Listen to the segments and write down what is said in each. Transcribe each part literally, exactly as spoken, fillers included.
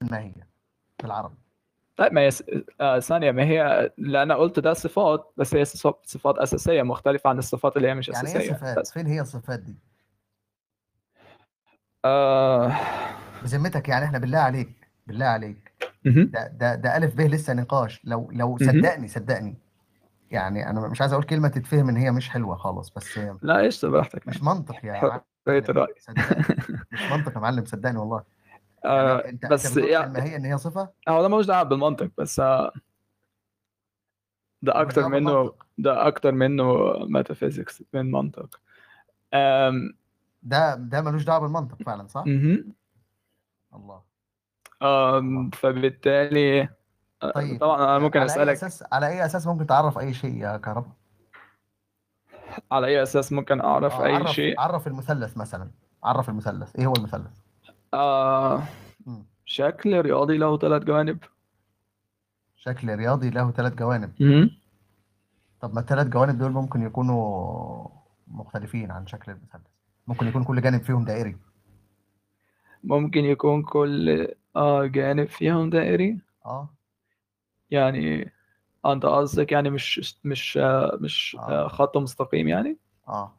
ما هي بالعربي؟ طيب ما هي س- آه، ثانية، ما هي اللي أنا قلت ده صفات، بس هي صفات صفات أساسية مختلفة عن الصفات اللي هي مش يعني ايه أساسية صفات؟ بس. فين هي الصفات دي آه... بذمتك؟ يعني احنا بالله عليك، بالله عليك، مهم. ده ده ده الف ب لسه نقاش. لو لو مهم. صدقني صدقني، يعني انا مش عايز اقول كلمه تتفهم ان هي مش حلوه خالص، بس لا ايش براحتك مش يعني، منطق يا حرية معلم. الرأي. صدقني مش منطق يا معلم، صدقني والله. يعني آه انت انت بس بتقول في يعني الماهيه ان هي صفه، هو ده ملوش دعوة بالمنطق، بس آه ده ملوش أكتر دعوه منه بالمنطق. ده أكتر منه ميتافيزيكس من منطق. آم... ده ده ملوش دعوه بالمنطق فعلا، صح. مهم. الله. الله. آم... فبالتالي آه، طيب، طبعا أنا ممكن على اي أسألك اساس على اي اساس ممكن تعرف اي شيء يا كهرباء؟ على أي أساس ممكن أعرف اه، أي عرف شيء. عرف المثلث مثلا. عرف المثلث، ايه هو المثلث؟ آه... مم. شكل رياضي له ثلاث جوانب. شكل رياضي له ثلاث جوانب. مهم. طب ما الثلاث جوانب دول ممكن يكونوا مختلفين عن شكل المثلث. ممكن يكون كل جانب فيهم دائري. ممكن يكون كل آه جانب فيهم دائري. اه. يعني أنت قصدك يعني مش مش آه مش آه اه. خط مستقيم يعني. اه.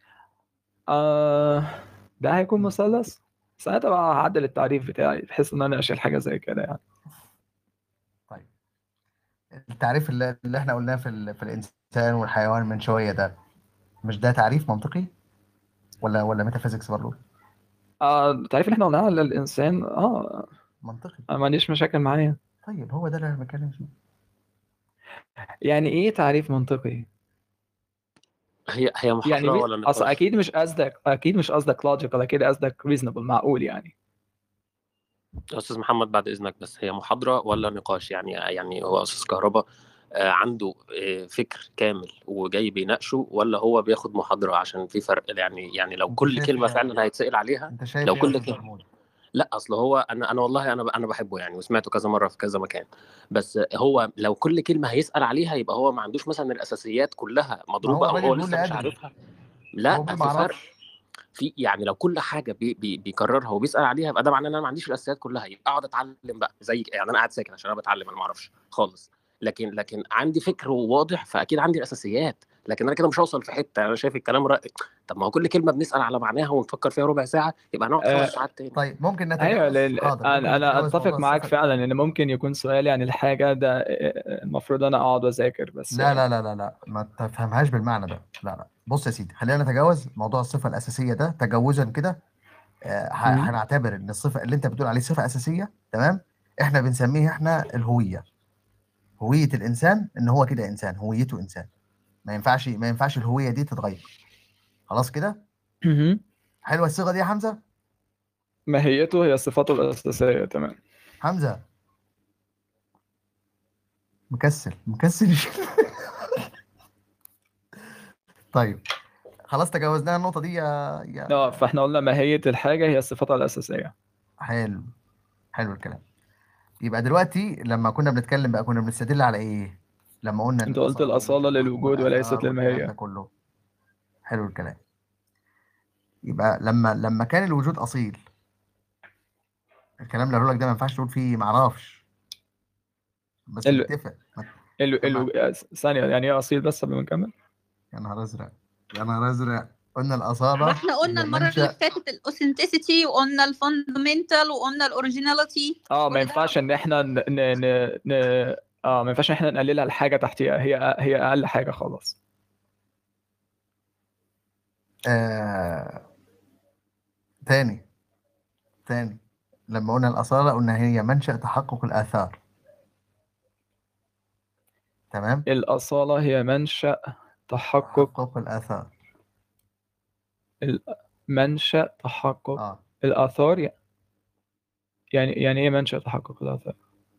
آه ده هيكون مم. مثلث. ساعتها بقى هعدل التعريف بتاعي بحيث إن أنا أشيل حاجة زي كده يعني. طيب، التعريف اللي, اللي احنا قلناه في ال... في الانسان والحيوان من شويه ده، مش ده تعريف منطقي ولا ولا ميتافيزيكس برضه؟ آه التعريف اللي إحنا قلناه على الإنسان آه منطقي. أنا ما عنديش مشاكل معايا. طيب هو ده اللي انا بتكلم فيه. يعني إيه تعريف منطقي؟ هي هي يعني محاضرة مي... ولا أصل نقاش؟ أكيد مش قصدك أكيد مش قصدك logical، أكيد قصدك reasonable، معقول يعني. يا أستاذ محمد بعد إذنك، بس هي محاضرة ولا نقاش؟ يعني يعني هو أستاذ كهرباء آه، عنده آه، فكر كامل وجاي بيناقشه، ولا هو بياخد محاضرة؟ عشان في فرق يعني. يعني لو انت كل شايف كلمة ايه يا- فعلا هيتسأل عليها، انت شايف لو ايه يا كل استاذ كلمة. محمود؟ لا اصل هو انا انا والله انا انا بحبه يعني، وسمعته كذا مره في كذا مكان. بس هو لو كل كلمه هيسال عليها يبقى هو ما عندوش مثلا الاساسيات كلها ما هو مضروبه، او الراجل هو بيقول لسه لا مش ادري. عارفها. هو لا بيقول ما في فرق. اعرفش. في يعني لو كل حاجه بي بي بيكررها وبيسال عليها، يبقى ده معناه ان انا ما عنديش الاساسيات كلها. يبقى اقعد اتعلم بقى زي يعني انا قاعد ساكن عشان انا بتعلم، انا ما اعرفش خالص. لكن لكن عندي فكر واضح، فاكيد عندي الاساسيات. لكن انا كده مش هوصل في حته. انا شايف الكلام رأي. طب ما هو كل كلمه بنسال على معناها ونفكر فيها ربع ساعه، يبقى هنقعد خمس آه ساعات تاني. طيب ممكن ايوه نتجاوز، لل... حاضر، ممكن انا أنا نتجاوز موضوع اتفق معاك الصفه. فعلا ان ممكن يكون سؤالي عن الحاجه ده آه، المفروض انا اقعد واذاكر بس. لا لا لا لا لا، ما تفهمهاش بالمعنى ده. لا لا، بص يا سيدي، خلينا نتجاوز موضوع الصفة الأساسية ده تجاوزا كده. آه، ه- مم. هنعتبر إن الصفة اللي أنت بتقول عليه صفة أساسية، تمام. إحنا بنسميه إحنا الهوية. هوية الإنسان إن هو كده إنسان، هويته إنسان. ما ينفعش ما ينفعش الهوية دي تتغير. خلاص كده. مهم. حلوة الصيغة دي يا حمزة. ماهيته هي صفاته الاساسيه، تمام. حمزة مكسل مكسل. طيب، خلاص تجاوزناها النقطة دي يا اه يا فاحنا قلنا ماهيه الحاجه هي صفاتها الاساسيه. حلو. حلو الكلام. يبقى دلوقتي لما كنا بنتكلم بقى كنا بنستدل على ايه؟ لما قلنا ان انت قلت الاصاله ومنشأ الاصاله تحقق للوجود وليست الاثار والكلام للماهيه. ده كله. حلو الكلام. يبقى لما لما كان الوجود اصيل، الكلام اللي هقوله لك ده ما ينفعش تقول فيه ما اعرفش، بس ال... نتفق. ال... لما ال... ثانيه، يعني ايه اصيل بس قبل ما نكمل؟ يا نهار ازرق، يا نهار ازرق، قلنا ما الاصاله احنا قلنا هي المرة اللي منشأ. فاتت الاوثنتسيتي، وقلنا الفاندمنتال، وقلنا الاوريجيناليتي. اه ما كل ده ينفعش ان احنا ن... ن... ن... ن... اه ما ينفعش ان احنا نقللها لحاجه تحتيها، هي هي اقل حاجه خالص. آه... تاني تاني لما قلنا الاصاله قلنا هي منشأ تحقق الاثار، تمام. الاصاله هي منشأ تحقق تحقق الاثار. ال- منشأ تحقق اه. الآثار. يعني يعني إيه منشأ تحقق الآثار؟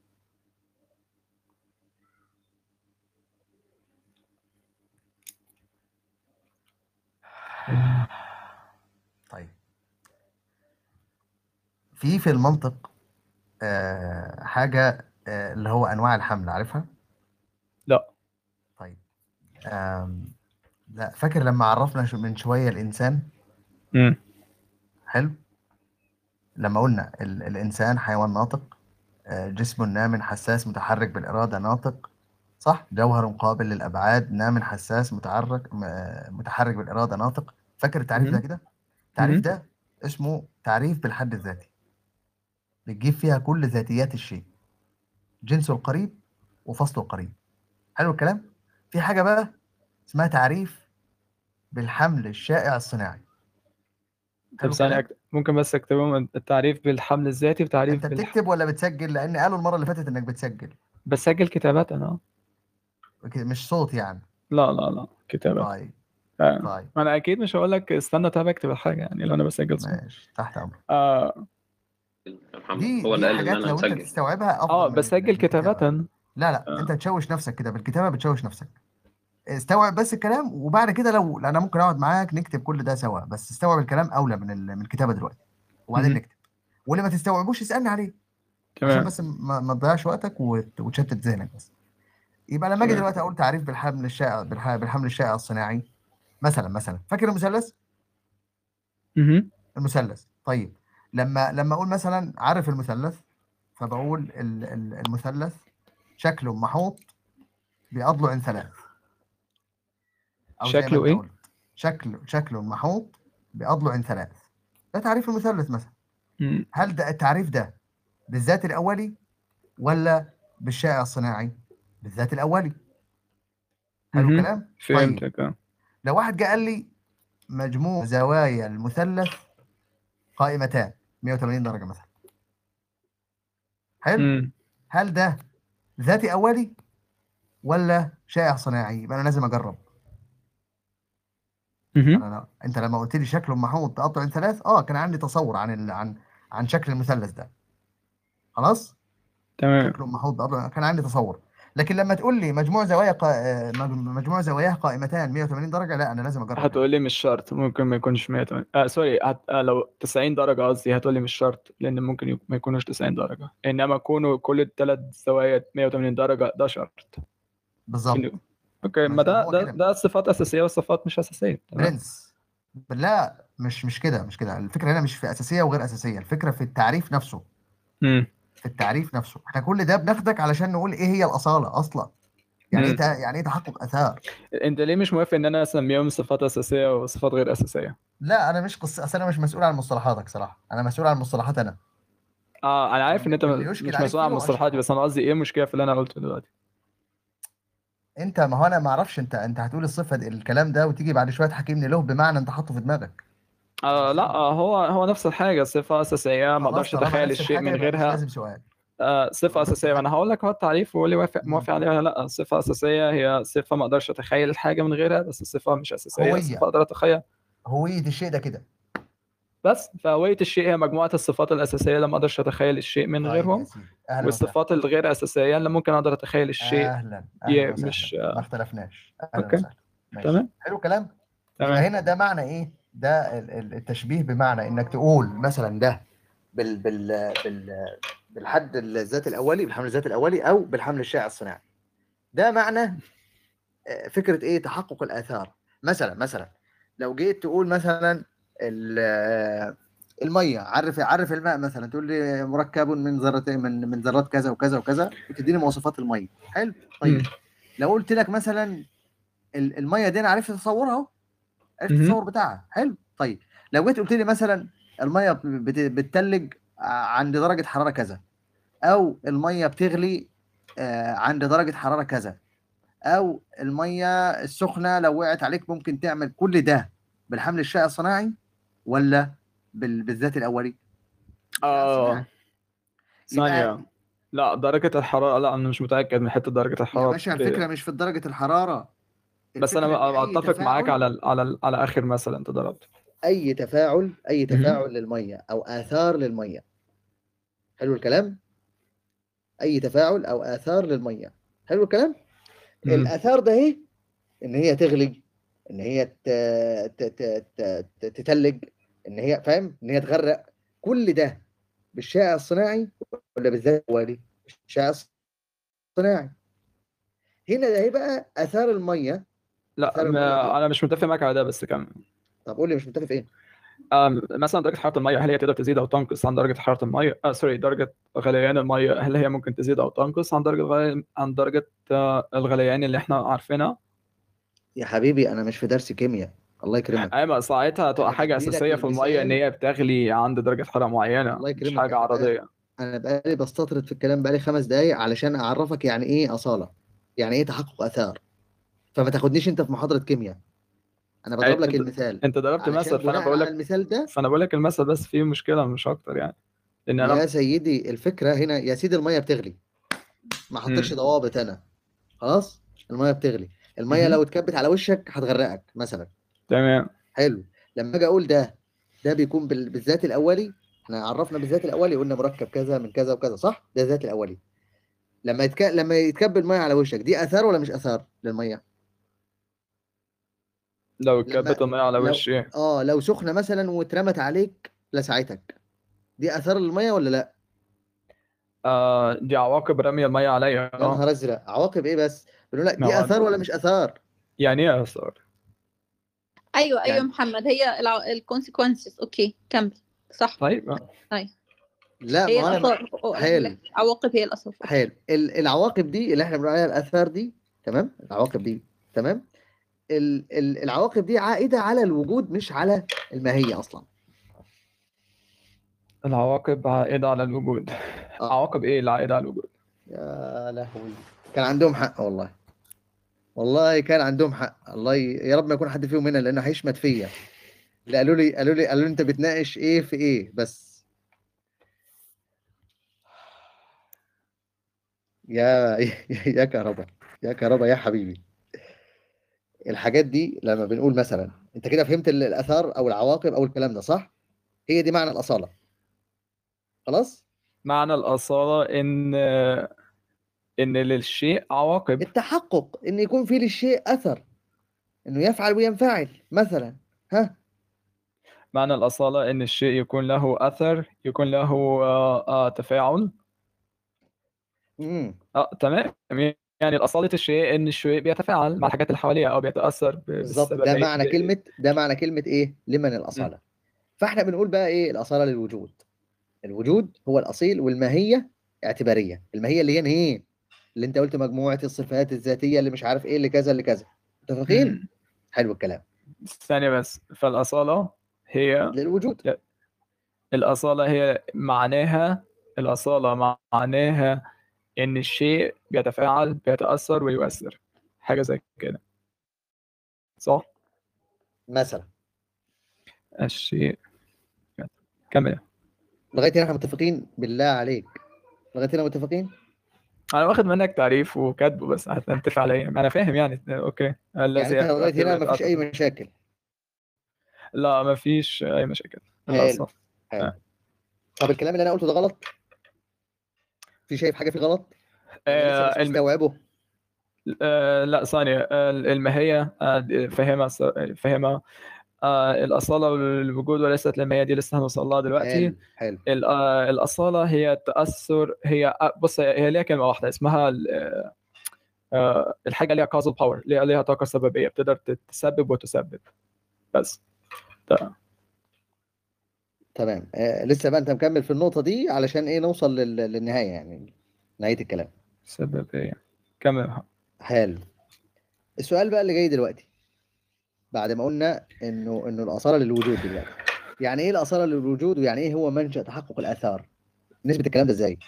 طيب، في في المنطق آه حاجة آه اللي هو أنواع الحمل، عارفها؟ لا. طيب. آم لا، فاكر لما عرفنا شو- من شوية الإنسان؟ امم حلو. لما قلنا ال الإنسان حيوان ناطق، آه، جسم نام حساس متحرك بالإرادة ناطق، صح؟ جوهر قابل للأبعاد نام حساس متحرك م- متحرك بالإرادة ناطق. فاكر التعريف ده مهم. كده؟ التعريف مهم. ده اسمه تعريف بالحد الذاتي، بتجيب فيها كل ذاتيات الشيء، جنسه القريب وفصله القريب. حلو الكلام؟ في حاجة بقى اسمها تعريف بالحمل الشائع الصناعي. طب حلو ثانية الكلام؟ أكتب. ممكن بس اكتبهم التعريف بالحمل الذاتي وتعريف انت بالح... بتكتب ولا بتسجل؟ لان قالوا المرة اللي فاتت انك بتسجل. بسجل كتابات أنا. كده مش صوت يعني. لا لا لا كتابات. طيب آه. طيب ما أنا أكيد مش هقول لك استنى طب أكتب الحاجة يعني لو أنا بسجل صوت. ماشي تحت امرك. آه. محمد دي هو اللي دي قال ان حاجات انا لو انت هنسجل. تستوعبها آه افضل من ال- بسجل من الكتابة. كتابات. لا لا آه. انت تشوش نفسك كده بالكتابة، بتشوش نفسك. استوعب بس الكلام، وبعد كده لو انا ممكن اقعد معاك نكتب كل ده سوا، بس استوعب الكلام اولى من ال- من الكتابة دلوقتي، وبعدين مهم. نكتب. واللي ما تستوعبوش اسألني عليه، عشان تمام. بس ما, ما تضيعش وقتك وت- وتشتت ذهنك بس. يبقى لما اجي تمام. دلوقتي اقول تعريف بالحمل الشائع بالح- بالحمل الشائع الصناعي، مثلا مثلا فاكر المثلث؟ مهم. المثلث طيب، لما لما اقول مثلا عارف المثلث، فبقول ال- ال- المثلث شكله محوط بأضلع ثلاث، او زي ما شكله انت إيه؟ قلت شكل شكله محوط بأضلع ثلاث. ده تعريف المثلث مثلا. مم. هل ده التعريف ده بالذات الأولي ولا بالشائع الصناعي؟ بالذات الأولي. حلو مهم. الكلام؟ طيب فهمتك. آه. لو واحد جه قال لي مجموع زوايا المثلث قائمتان مية وتمانين درجة مثلا، حلو، مم. هل ده ذاتي أولي ولا شائع صناعي؟ يبقى أنا لازم أجرب. مهم. أنا أنت لما قلت لي شكله محوط بأضلع ثلاث، أه كان عندي تصور عن ال... عن عن شكل المثلث ده، خلاص. تمام. شكله محوط بأضلع كان عندي تصور. لكن لما تقول لي مجموع زوايا قا... آه، مج- مجموع زواياه قائمتان مية وتمانين درجة، لا أنا لازم أجرب هنا. هتقول لي مش شرط، ممكن ما يكونش مية وتمانين. آه سوري هت... آه لو تسعين درجة قصدي، هتقول لي مش شرط لأن ممكن يك... ما يكونوش تسعين درجة، إنما يكونوا كل الثلاث زوايا مية وتمانين درجة ده شرط. بالظبط. كده. اوكي، ما ما ما ده هو ده كده ده صفات أساسية وصفات مش أساسية. تمام. برنس. لا مش مش كده مش كده الفكرة هنا مش في أساسية وغير أساسية، الفكرة في التعريف نفسه. امم في التعريف نفسه احنا كل ده بناخدك علشان نقول ايه هي الأصالة أصلا. يعني ايه امم تع- يعني ايه تحقق آثار. أنت ليه مش موافق إن أنا أسميهم صفات أساسية وصفات غير أساسية؟ لا انا مش قص اصل انا مش مسؤول عن مصطلحاتك صراحه، انا مسؤول عن مصطلحات انا. اه انا عارف ان واللي, انت واللي م- يشكل مش عليك مسؤول عن فيه مصطلحاتي، اشرحه. بس انا قصدي ايه المشكله في اللي انا قلته دلوقتي؟ انت ما هو انا ما اعرفش، انت انت هتقول الصفه دي الكلام ده وتيجي بعد شويه تحاكمني له بمعنى انت حاطه في دماغك. مش آه لا، قصدنا. آه هو هو نفس الحاجه، صفه اساسيه ما خلاص اقدرش طالما اتخيل نفس الشيء الحاجه من يبقى مش غيرها. لازم سؤال. آه صفه طالما نفس اساسيه، ما انا الحاجه. هقول لك هو التعريف واللي وافق مم. موافق عليه ولا لا. صفه اساسيه هي صفه ما اقدرش اتخيل الحاجه من غيرها، بس الصفه مش اساسيه صفه هويه. اقدر اتخيل. هويه الشيء ده كده. بس فهويه الشيء هي مجموعه الصفات الاساسيه اللي ما اقدرش اتخيل الشيء من طيب يا غيرهم، سيدي اهلا وسهلا. والصفات الغير اساسيه اللي ممكن اقدر اتخيل الشيء. اهلا اهلا ي- وسهلا مش ما اختلفناش، اهلا اوكي. وسهلا. ماشي تمام. حلو الكلام. يبقى تمام. هنا ده معنى ايه؟ ده ال- ال- التشبيه بمعنى انك تقول مثلا ده بال بال بال بالحد الذات الاولي، بالحمل الذاتي الاولي او بالحمل الشائع الصناعي. ده معنى آه، فكره ايه؟ تحقق الاثار. مثلا مثلا لو جيت تقول مثلا ال- آه، الميه، عرف عرف الماء مثلا، تقول لي مركب من ذرتين من من ذرات كذا وكذا وكذا، وتديني مواصفات الميه. حلو طيب. مم. لو قلت لك مثلا ال- الميه دي انا عرفت اتصورها اهو، عرفت مهم. التصور بتاعها. حلو طيب. لو جيت قلت لي مثلا الميه بت- بتتلج عند درجه حراره كذا، او الميه بتغلي آه، عند درجه حراره كذا، او الميه السخنه لو وقعت عليك ممكن تعمل كل ده، بالحمل الشائع الصناعي ولا بال- بالذات الاولي؟ الشائع الصناعي. اه يبقى ثانية. لا درجة الحرارة، لا أنا مش متأكد من حتة درجة يا الحرارة باشا ب... الفكره مش في درجه الحراره، بس أنا الفكره ان اي أتفق معاك تفاعل، على ال- على ال- على آخر مثل أنت ضربته. اي تفاعل اي مهم. تفاعل للميه او اثار للميه. حلو الكلام. اي تفاعل او اثار للميه. حلو الكلام. مم. الاثار ده ايه؟ ان هي تغلي، ان هي ت- ت- ت- ت- ت- تتلج، ان هي فاهم، ان هي تغرق. كل ده بالشائع الصناعي ولا بالذات الأولي؟ بالشائع الصناعي. هنا ده هيبقى اثار الميه. لا اثار الميه دي. ما... أنا مش متفق معاك على ده، بس كمل. طب قول لي مش متفق في ايه؟ آم، مثلا درجة حرارة المية هل هي تقدر تزيد أو تنقص عن درجة حرارة المية؟ آه سوري درجة غليان المية هل هي ممكن تزيد أو تنقص عن درجة غلي... عن درجة آه، الغليان اللي إحنا عارفينها؟ يا حبيبي انا مش في درس كيمياء، الله يكرمك. أيوة ساعتها هتبقى انا حاجة بدي لك أساسية في المية إن المثال، هي بتغلي عند درجة حرارة معينة الله مش يكرمك. حاجة انا بقى عرضية. انا بقالي بستطرد في الكلام بقالي خمس دقايق علشان اعرفك يعني ايه اصاله، يعني ايه تحقق اثار. فما تاخدنيش انت في محاضره كيمياء، انا بضرب أي- لك أنت المثال أنت ضربت علشان مثل فأنا بناء بقول على لك المثال ده. فأنا بقول لك المثل بس فيه مشكلة مش أكتر يعني لأن يا أنا سيدي الفكره هنا يا سيدي الميه بتغلي، ما حطيتش مم. ضوابط انا، خلاص. الميه بتغلي، الميه مهم. لو اتكبت على وشك هتغرقك مثلا. تمام. حلو. لما اجي اقول ده ده بيكون بال- بالذات الاولي، احنا عرفنا بالذات الاولي قلنا مركب كذا من كذا وكذا، صح؟ ده الذات الاولي. لما يتك... لما يتكب الميه على وشك دي اثار ولا مش اثار للميه؟ لو لما اتكبت المية على لو وشي اه لو سخنه مثلا واترمت عليك لسعتك، دي اثار للميه ولا لا؟ آه دي عواقب رمي المية عليا يا اه نهار ازرق، عواقب ايه بس؟ بنقول لك ما دي هو اثار ولا مش اثار؟ يعني ايه اثار؟ ايوه ايوه يعني محمد، هي الكونسيكونسز. اوكي كمل. صح. طيب آه. ايوه لا، هي ما انا الاثار. أو- حلو العواقب هي الاثار. اوكي. حلو ال- العواقب دي اللي احنا بنقول عليها الاثار دي، تمام؟ العواقب دي تمام. ال- ال- العواقب دي عائده على الوجود مش على الماهيه اصلا. العواقب عائدة على الوجود. اه عواقب ايه اللي عائدة على الوجود؟ يا لهوي، كان عندهم حق والله، والله كان عندهم حق. الله ي... يا رب ما يكون حد فيهم هنا لانه هيشمت فيا. اللي قالوا لي قالوا لي قالوا لي انت بتناقش ايه في ايه بس. يا يا كهربا، يا كهربا يا حبيبي. الحاجات دي لما بنقول مثلا، انت كده فهمت ال- الاثار او العواقب او الكلام ده، صح؟ هي دي معنى الاصاله، خلاص. معنى الأصالة إن إن للشيء عواقب. التحقق ان يكون في للشيء اثر، انه يفعل وينفعل مثلا. ها؟ معنى الأصالة إن الشيء يكون له أثر يكون له آه آه تفاعل. امم اه تمام. يعني الأصالة الشيء إن الشيء بيتفاعل مع الحاجات اللي حواليه أو بيتأثر ب- بالظبط، ده بالسبب معنى كلمه ده معنى كلمه ايه لمن الاصاله. فاحنا بنقول بقى ايه الاصاله للوجود؟ الوجود هو الاصيل، والماهيه اعتباريه. الماهيه اللي هي ايه؟ اللي انت قلت مجموعه الصفات الذاتيه اللي مش عارف ايه اللي كذا اللي كذا. متفقين؟ حلو الكلام. ثانية بس فالأصالة هي للوجود. الأصالة هي معناها الأصالة معناها إن الشيء بيتفاعل بيتأثر ويؤثر حاجة زي كده صح؟ مثلا الشيء كمل. لغايه هنا احنا متفقين بالله عليك؟ لغايه هنا متفقين؟ أنا واخد منك تعريف وكاتبه بس هتنتف عليا أنا فاهم يعني أوكي يعني الذي انت لغايه يؤثر هنا مفيش اي ويتأثر. مشاكل؟ لا مفيش أي مشاكل حلو للأسف. حلو. آه. طب الكلام اللي انا قلته ده غلط؟ في شايف حاجه فيه غلط ولا لسه مش آه، الم... مستوعبه؟ آه، لا ثانية آه، الماهية آه، فهمها فهمها آه، الأصالة والوجود وليست الماهية دي لسه هنوصل لها دلوقتي. حلو حلو. ال- آه، الأصالة هي التأثر هي آه، بص هي هي ليها كلمة واحدة اسمها ال- آه، الحاجة ليها causal power ليها ليها طاقة سببية بتقدر تسبب وتسبب بس ده. تمام. آه لسه بقى انت مكمل في النقطه دي علشان ايه نوصل لل... للنهايه، يعني نهايه الكلام. سببية كمل. حلو. السؤال بقى اللي جاي دلوقتي، بعد ما قلنا انه انه الاصاله للوجود دلوقتي، يعني ايه الاصاله للوجود ويعني ايه هو منشأ تحقق الاثار؟ نسبه الكلام ده ازاي؟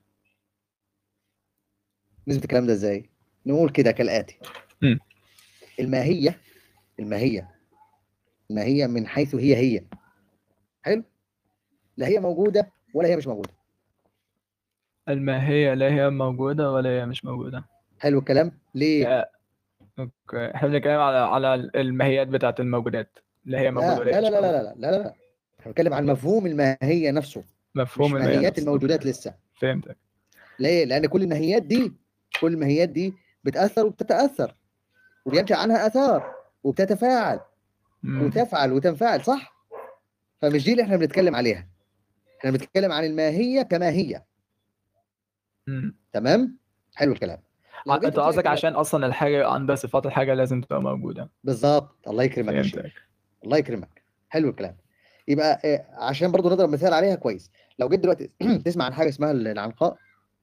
نسبه الكلام ده ازاي؟ نقول كده كالاتي. م. الماهيه الماهيه الماهيه من حيث هي هي، حلو، لا هي موجوده ولا هي مش موجوده. الماهية لا هي موجودة ولا هي مش موجودة. حلو الكلام. ليه؟ آه، اوكي احنا بنتكلم على على الماهيات بتاعت الموجودات لا هي موجودة لا ولا هي لا لا مش لا لا موجودة. لا لا لا لا. احنا بنتكلم عن مفهوم الماهيه نفسه، مفهوم مش الماهية ماهيات نفسه. الموجودات لسه. فهمتك. ليه؟ لان كل الماهيات دي كل الماهيات دي بتاثر وبتتاثر وبينشا عنها اثار وبتتفاعل م. وتفعل وتنفعل، صح؟ فمش دي اللي احنا بنتكلم عليها. احنا بنتكلم عن الماهيه كماهيه. م. تمام؟ حلو الكلام. لو جيت انت قلت لك قصدك دلوقتي، عشان اصلا الحاجه عندها صفات الحاجه لازم تبقى موجوده. بالظبط، الله يكرمك يا شيخ، فهمتك. الله يكرمك. حلو الكلام. يبقى آه، عشان برضو نضرب مثال عليها كويس، لو جيت دلوقتي تسمع عن حاجه اسمها العنقاء.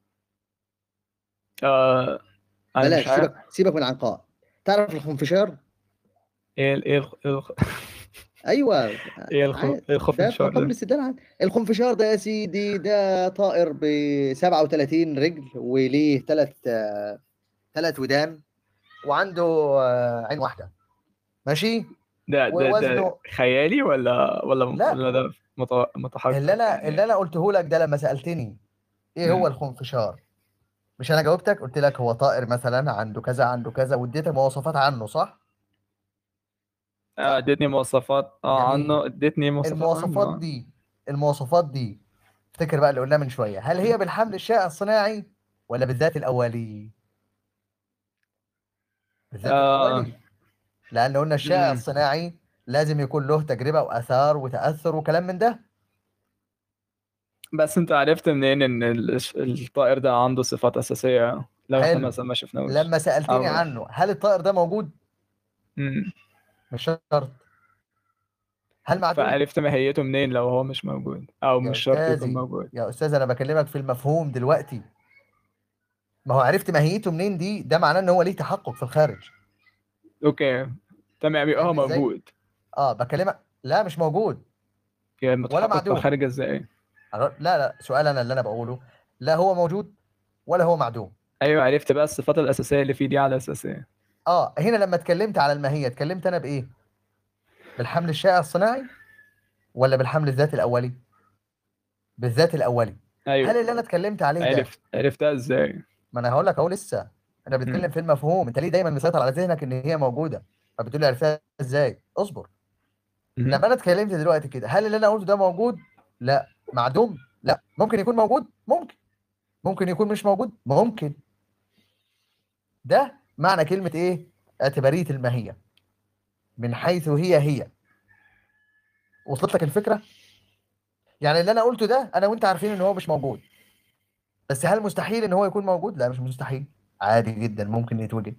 آه انا مش بلاش، عارف سيبك سيبك من العنقاء. تعرف الخنفشار؟ ايه ال- ايه الخ... ايه الخ... ايوه. ايه الخ... عاد ايه الخوف من ده في الشر مقام ده؟ الاستدلال عادي. الخنفشار ده يا سيدي ده طائر ب سبعة وثلاثين رجل، وليه ثلاث ثلاث ودان، وعنده آه، عين واحده، ماشي، ده ده ده ووزنه. خيالي ولا ولا لا، ولا ده مت- متحقق اللي انا اللي يعني؟ انا قلته لك ده لما سالتني ايه هو مم. الخنفشار، مش انا جاوبتك قلت لك هو طائر مثلا عنده كذا عنده كذا، واديتك مواصفات عنه، صح؟ آه، صح. اديتني مواصفات اه جميل. عنه، اديتني مواصفات عنه المواصفات آه. دي المواصفات دي افتكر بقى اللي قلناه من شويه، هل هي بالحمل الشائع الصناعي ولا بالذات الاولي؟ بالذات آه. الاولي، لان قلنا الشائع مم. الصناعي لازم يكون له تجربه واثار وتاثر وكلام من ده. بس انت عرفت منين ان ال- الطائر ده عنده صفات اساسيه لو احنا حلو. مثلا ما شفناهوش؟ لما سالتني او عنه هل الطائر ده موجود، مم. مش شرط. هل معدوم؟ فعرفت ماهيته منين لو هو مش موجود او يا مش شرط يكون استاذي موجود؟ يا استاذ انا بكلمك في المفهوم دلوقتي. ما هو عرفت ماهيته منين دي، ده معناه ان هو ليه تحقق في الخارج. اوكي تمام، يبقى هو فاهمني ازاي؟ موجود. اه بكلمك، لا مش موجود يعني ولا متحقق في معدوم. الخارج ازاي؟ لا لا، سؤال انا اللي انا بقوله، لا هو موجود ولا هو معدوم. ايوه عرفت بقى الصفات الاساسيه اللي فيه دي على اساس ايه؟ اه هنا لما اتكلمت على الماهيه اتكلمت انا بايه؟ بالحمل الشائع الصناعي ولا بالحمل الذاتي الاولي؟ بالذات الاولي. هل ايوه اللي انا اتكلمت عليه ده، عرفت عرفتها ازاي؟ ما انا هقول لك اهو لسه، انا مم. بنتكلم في المفهوم، انت ليه دايما مسيطر على ذهنك ان هي موجوده، فبتقول لي عرفتها ازاي؟ اصبر. مم. لما انا اتكلمت دلوقتي كده هل اللي انا قلته ده موجود؟ لا. معدوم؟ لا. ممكن يكون موجود؟ ممكن. ممكن يكون مش موجود؟ ممكن. ده معنى كلمة ايه؟ اعتبارية الماهية، من حيث هي هي. وصلت لك الفكرة؟ يعني اللي انا قلته ده انا وانت عارفين ان هو مش موجود، بس هل مستحيل ان هو يكون موجود؟ لا مش مستحيل، عادي جدا ممكن يتوجد.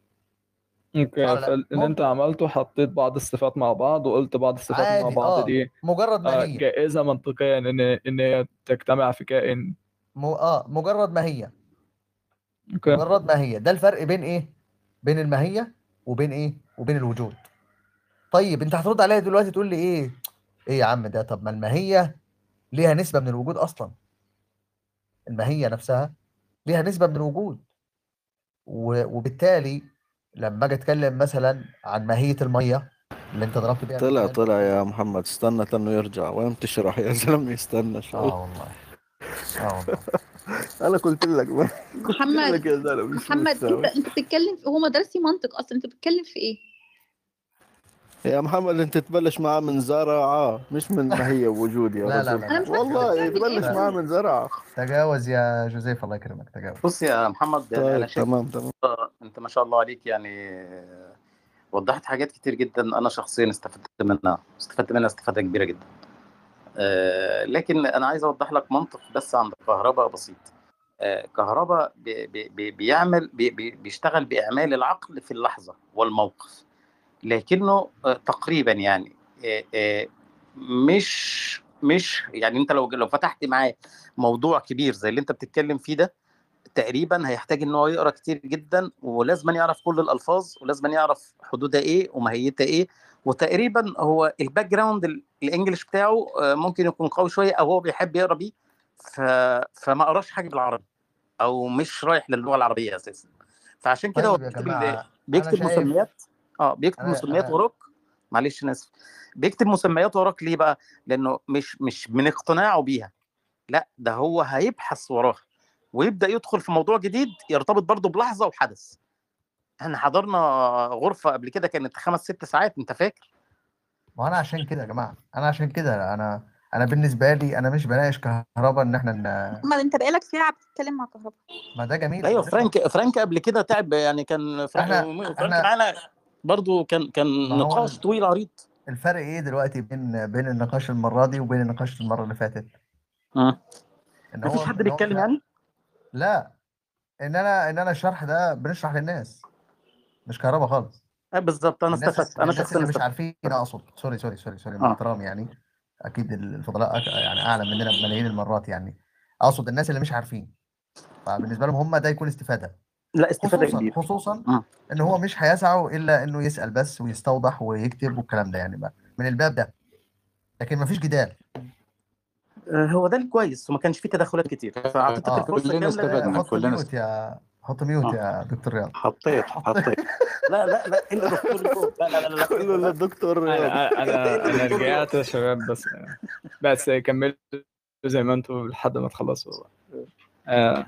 صح اوكي، ولا لا؟ فاللي انت ممكن. عملته حطيت بعض الصفات مع بعض وقلت بعض الصفات مع عادي بعض اه، دي مجرد آه ماهية. جائزة منطقيا ان ان هي تجتمع في كائن. م... اه مجرد ماهية. اوكي. مجرد ماهية، ده الفرق بين ايه؟ بين الماهية وبين ايه؟ وبين الوجود. طيب انت هترد عليا دلوقتي تقول لي ايه؟ ايه يا عم ده، طب ما الماهية ليها نسبة من الوجود اصلا. الماهية نفسها ليها نسبة من الوجود، و- وبالتالي لما اجي اتكلم مثلا عن ماهية المية اللي انت ضربت بيها طلع المثال. طلع يا محمد، استنى انه يرجع. وين بتشرح يا زلمه؟ استنى شوي. اه والله. اه والله. انا قلت لك ما قلت محمد لك يا زلمه شو محمد انت بتساوي. انت بتتكلم في- هو مدرسي منطق اصلا، انت بتتكلم في ايه؟ يا محمد انت تبلش معاه من زرعه مش من ما هي وجود يا لا لا رجل. لا انا لا مش عارفه انت والله بتعمل ايه تبلش لا. معاه بالظبط. من زرعه. تجاوز يا جوزيف، الله يكرمك تجاوز. بص يا محمد، يعني انا طيب شايف تمام تمام. انت ما شاء الله عليك، يعني وضحت حاجات كتير جدا انا شخصيا استفدت منها استفدت منها استفاده كبيره جدا. آه، لكن انا عايز اوضح لك منطق بس عند الكهرباء بسيط. آه، كهرباء بي بي بي بيعمل بي بي بيشتغل باعمال العقل في اللحظه والموقف، لكنه آه، تقريبا يعني آه، آه، مش مش يعني انت لو لو فتحت معاه موضوع كبير زي اللي انت بتتكلم فيه ده، تقريبا هيحتاج ان هو يقرا كتير جدا، ولازم يعرف كل الالفاظ، ولازم يعرف حدودها ايه وماهيتها ايه. وتقريبا هو الباك جراوند ال- الانجليش بتاعه آه، ممكن يكون قوي شويه، او هو بيحب يقرا بيه. ف... فما قراش حاجه بالعربي، او مش رايح للغه العربيه اساسا. فعشان كده هو طيب يا بيكتب جماعة انا بيكتب شايف، مسميات. اه بيكتب انا مسميات انا وراك. معلش انا اسف. بيكتب مسميات وراك ليه بقى؟ لانه مش مش من اقتناعه بيها، لا ده هو هيبحث وراها ويبدا يدخل في موضوع جديد يرتبط برضه بلحظه وحدث. احنا حضرنا غرفه قبل كده كانت خمس ست ساعات، انت فاكر؟ ما انا عشان كده يا جماعة، انا عشان كده انا انا بالنسبة لي انا مش بناقش كهرباء ان احنا ن... محمد انت بقالك ساعه بتتكلم مع كهرباء. ما ده جميل ايوه، على فكرة. فرانك فرانك قبل كده تعب، يعني كان احنا فرانك, فرانك احنا معانا برضه، كان كان ما هو نقاش ال- طويل عريض. الفرق ايه دلوقتي بين بين النقاش المرة دي وبين النقاش المرة اللي فاتت؟ أه. ان مفيش هو حد ان هو بيتكلم لا يعني. لا ان انا ان انا الشرح ده بنشرح للناس، مش كهرباء خالص. آه بالظبط، انا للناس استفدت، انا للناس شخصيا اللي مش استفدت. عارفين، اقصد سوري سوري سوري سوري مع اه احترامي يعني، اكيد الفضلاء أك- يعني اعلم مننا بملايين المرات، يعني اقصد الناس اللي مش عارفين، فبالنسبه لهم هم ده يكون استفاده. لا استفاده خصوصا كبيره. خصوصا مم. ان هو مش هيسعوا الا انه يسال بس ويستوضح ويكتب والكلام ده، يعني بقى من الباب ده، لكن مفيش جدال. آه، هو ده الكويس، وما كانش فيه تدخلات كتير، فاعطيتك اه الفرصه كلنا كامله لل- استفدنا حط كلنا ميوت يا حط ميوت آه. يا دكتور رياض. حطيت حطيت لا لا لا الا دكتور يوم، لا لا لا لا كله لا للدكتور رياض. انا انا إلا انا دكتور رجعت يا شباب، بس بس كملوا زي ما انتوا لحد ما تخلصوا. آه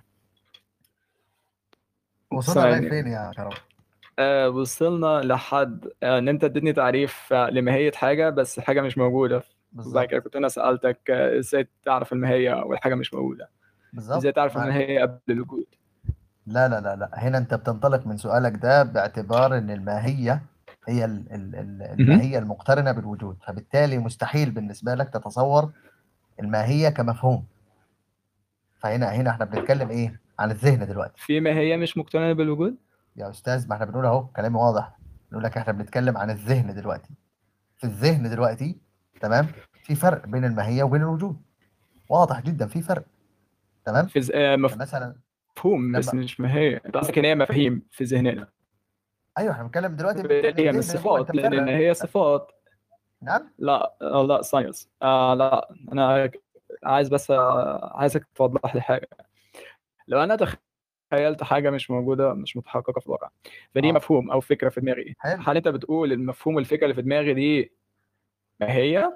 وصلنا لغايه ثواني. فين يا كرم؟ آه وصلنا لحد آه ان انت اديتني تعريف آه، لماهية حاجة، بس حاجة مش موجودة. بالظبط بعد كده كنت انا سألتك آه، ازاي تعرف الماهية والحاجة مش موجودة، بالظبط. ازاي تعرف ما- الماهية قبل الوجود. لا لا لا لا هنا انت بتنطلق من سؤالك ده باعتبار ان الماهيه هي ال- ال- ال- الماهيه المقترنه بالوجود، فبالتالي مستحيل بالنسبه لك تتصور الماهيه كمفهوم. فهنا هنا احنا بنتكلم ايه عن الذهن دلوقتي في ماهية مش مقترنة بالوجود؟ يا استاذ، ما احنا بنقول اهو كلامي واضح، بنقول لك احنا بنتكلم عن الذهن دلوقتي. في الذهن دلوقتي تمام، في فرق بين الماهيه وبين الوجود، واضح جدا في فرق. تمام. في ز... آه، مثلا مفهوم بس لما مش ماهية. انت قصدك ان هي مفاهيم في ذهننا، ايوه احنا بنتكلم دلوقتي من هي مش الذهن، هو انت صفات لان مفرق. هي صفات. نعم. لا آه، لا ساينس آه لا انا عايز بس آه، عايزك توضح لي حاجه. لو انا تخيلت حاجه مش موجوده مش متحققه في الواقع، فدي آه. مفهوم او فكره في دماغي، حلو. هل انت بتقول المفهوم والفكره اللي في دماغي دي ما هي؟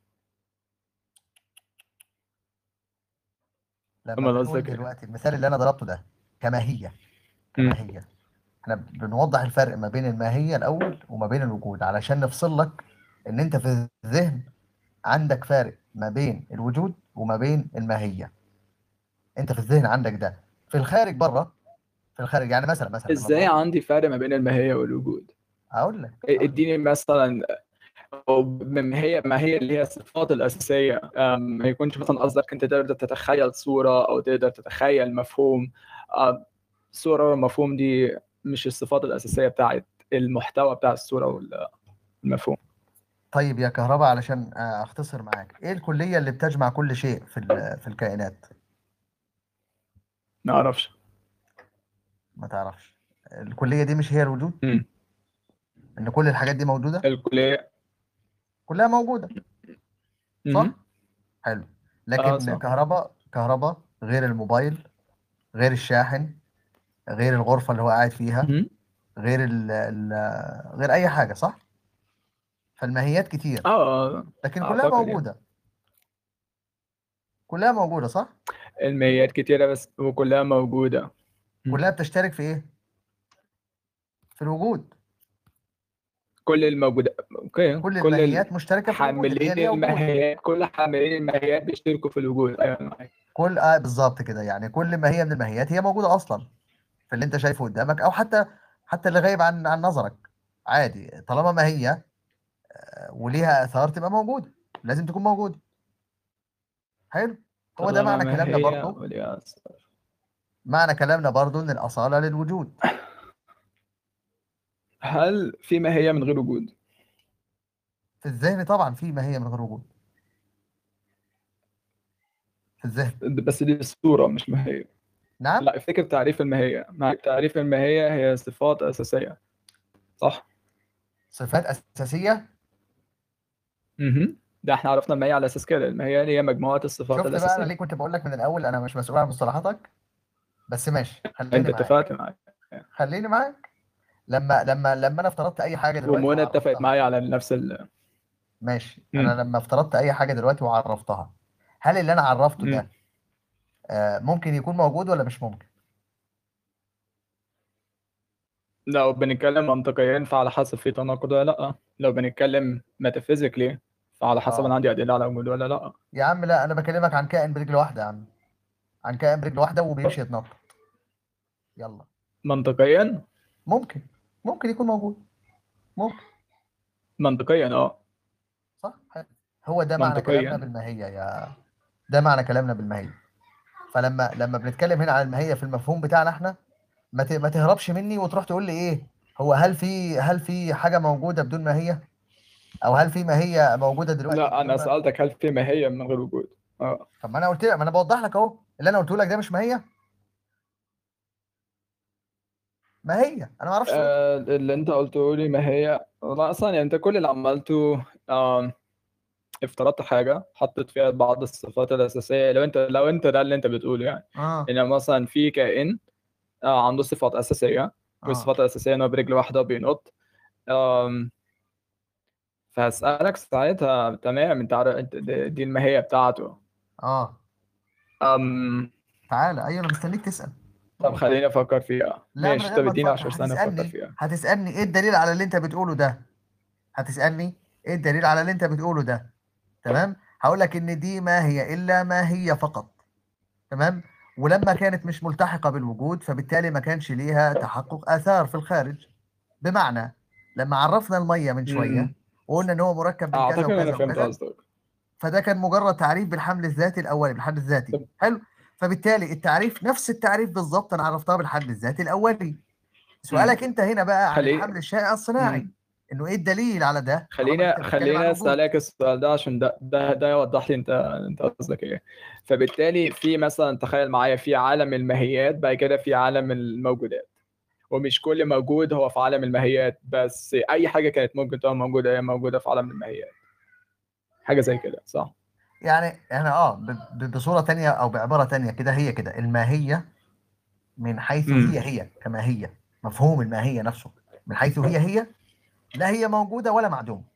لما امال بنقول قصدك ايه؟ دلوقتي المثال اللي انا ضربته ده كماهيه، مم. كماهيه احنا بنوضح الفرق ما بين الماهيه الاول وما بين الوجود، علشان نفصل لك ان انت في الذهن عندك فارق ما بين الوجود وما بين الماهيه. انت في الذهن عندك ده، في الخارج بره، في الخارج يعني مثلا مثلا لما ازاي بقول عندي فرق ما بين الماهيه والوجود؟ اقول لك أقول لك. اديني مثلا، أو ما هي ما هي اللي هي الصفات الأساسية. أم، ما يكونش مثلا قصدك أنت تقدر تتخيل صورة أو تقدر تتخيل مفهوم. أم، صورة والمفهوم دي مش الصفات الأساسية بتاعت المحتوى بتاع الصورة والمفهوم. طيب يا كهرباء، علشان آه، اختصر معاك، ايه الكليه اللي بتجمع كل شيء في ال- في الكائنات؟ ما أعرفش. ما تعرفش؟ الكليه دي مش هي الوجود؟ مم. ان كل الحاجات دي موجوده، الكلية. كلها موجوده، صح؟ مم. حلو. اه لكن صح. كهرباء كهرباء غير الموبايل، غير الشاحن، غير الغرفة اللي هو قاعد فيها، مم. غير ال ال غير أي حاجة، صح؟ فالماهيات كتير اه لكن كلها أعتقد يعني موجودة، كلها موجودة، صح؟ الميات كتيرة بس وكلها موجودة. مم. كلها بتشترك في إيه؟ في الوجود. كل الموجودة. اوكي كل كل الماهيات مشتركة في الوجود اللي هي حاملين ليها وجود. الماهيات كل حاملين الماهيات بيشتركوا في الوجود. ايوه أنا معاك. كل آه بالظبط كده، يعني كل ما هي من الماهيات هي موجودة أصلا في اللي أنت شايفه قدامك، أو حتى حتى اللي غايب عن عن نظرك، عادي طالما ما هي آه، وليها آثار تبقى موجودة، لازم تكون موجودة. حلو. هو ده طالما معنى ما كلامنا هي برضو، وليها أثر. معنى كلامنا برضو ان الاصاله للوجود. هل في ماهية من غير وجود؟ في الذهن طبعا في ماهيه من غير وجود، في الذهن. بس دي الصورة مش ماهية. نعم. لا افتكر تعريف الماهية. مع تعريف الماهية هي صفات أساسية، صح؟ صفات اساسيه. اها. ده احنا عرفنا الماهية على أساس كده، الماهية هي مجموعة الصفات شفت بقى انا الأساسية. ليه كنت بقول لك من الاول انا مش مسؤول عن مصطلحاتك، بس ماشي خليني أنت معاك، اتفقت معايا خليني معاك. لما لما لما انا افترضت اي حاجه دلوقتي ومنى اتفقت وعرفتها، معايا على نفس ال ماشي، مم. انا لما افترضت اي حاجه دلوقتي وعرفتها، هل اللي انا عرفته مم. ده آه ممكن يكون موجود ولا مش ممكن؟ لو بنتكلم منطقيا فعلى حسب في تناقض ولا لا. لو بنتكلم ميتافيزيكلي فعلى حسب انا اه عندي أدلة على وجود ولا لا. يا عم لا، انا بكلمك عن كائن برجل واحده يا عم، عن كائن برجل واحده وبيمشي يتنطط. يلا. منطقيا. ممكن ممكن يكون موجود، ممكن. منطقيا اه. صح. حلو. هو ده معنى كلامنا منطقيا. بالماهيه يا ده معنى كلامنا بالماهيه. فلما لما بنتكلم هنا عن الماهيه في المفهوم بتاعنا احنا، ما ت- ما تهربش مني وتروح تقول لي ايه هو، هل في هل في حاجه موجوده بدون ماهيه؟ او هل في ماهيه موجوده دلوقتي لا انا بدون- سالتك هل في ماهيه من غير وجود؟ اه طب ما انا قلت لك، ما انا بوضح لك اهو، اللي انا قلته لك ده مش ماهيه. ماهيه انا ما اعرفش. آه، اللي انت قلته لي ماهيه، والله اصلا يعني انت كل اللي عملته آه، افترضت حاجه حطيت فيها بعض الصفات الاساسيه. لو انت لو انت ده اللي انت بتقوله يعني، اه ان مثلا في كائن آه، عنده صفات اساسيه، اه والصفات الاساسيه انه برجل واحده بينط. آم، فهسألك ساعتها تمام انت عارف انت دي دي الماهيه بتاعته. اه أم تعالى، ايوه انا مستنيك تسال. طب خليني افكر فيها. لا من ماشي، غير طب ما اديني تفكر، عشر ثواني افكر هتسالني فيها. هتسالني ايه الدليل على اللي انت بتقوله ده. هتسالني ايه الدليل على اللي انت بتقوله ده. تمام، هقول لك ان دي ما هي الا ما هي فقط. تمام، ولما كانت مش ملتحقه بالوجود فبالتالي ما كانش ليها تحقق اثار في الخارج. بمعنى لما عرفنا الميه من شويه امم وقلنا ان هو مركب من كذا اعتقد انا وكذا فهمت وكذا، قصدك. فده كان مجرد تعريف بالحمل الذاتي الاولي، بالحد الذاتي. طب حلو، فبالتالي التعريف نفس التعريف بالظبط انا عرفتها بالحد الذاتي الاولي. سؤالك امم انت هنا بقى عن خلي الحمل الشائع الصناعي، امم انه ايه الدليل على ده طالما ان خليني انت بتتكلم عن خليني وجود. اسالك السؤال ده عشان ده ده ده يوضح لي انت انت قصدك ايه. فبالتالي في مثلا تخيل معايا في عالم الماهيات، بعد كده في عالم الموجودات، ومش كل موجود هو في عالم الماهيات، بس اي حاجه كانت ممكن تبقى موجوده هي موجوده في عالم الماهيات. حاجه زي كده صح؟ يعني احنا اه ب- ب- بصورة تانية او بعبارة تانية كده، هي كده الماهية من حيث هي امم هي كما هي، مفهوم الماهية نفسه من حيث هي هي لا هي موجودة ولا معدومة.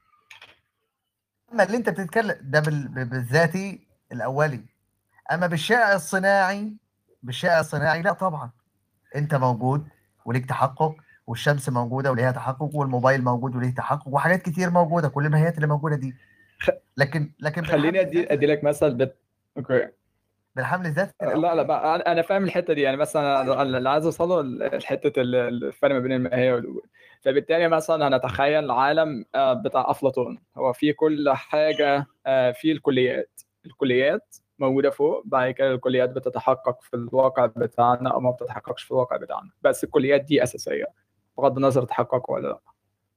اما اللي انت بتتكلم ده بال- ب- بالذاتي الاولي. اما بالشائع الصناعي، بالشائع الصناعي لا طبعا، انت موجود وليك تحقق، والشمس موجودة وليها تحقق، والموبايل موجود وليه تحقق، وحاجات كتير موجودة، كل الماهيات اللي موجودة دي. خ... لكن لكن بالحمل خليني ادي الذاتي، ادي لك مثل بت... اوكي. بالحمل الذاتي لا لا الاولي. بقى انا أنا فاهم الحته دي. يعني مثلا أنا اللي عايز اوصله الحته الفرق ما بين الماهيه والوجود. فبالتالي مثلا هنتخيل عالم آه، بتاع افلاطون، هو فيه كل حاجه، آه، فيه الكليات الكليات موجوده فوق، بعد كده الكليات بتتحقق في الواقع بتاعنا او ما بتتحققش في الواقع بتاعنا، بس الكليات دي اساسيه بغض النظر تحقق ولا لا.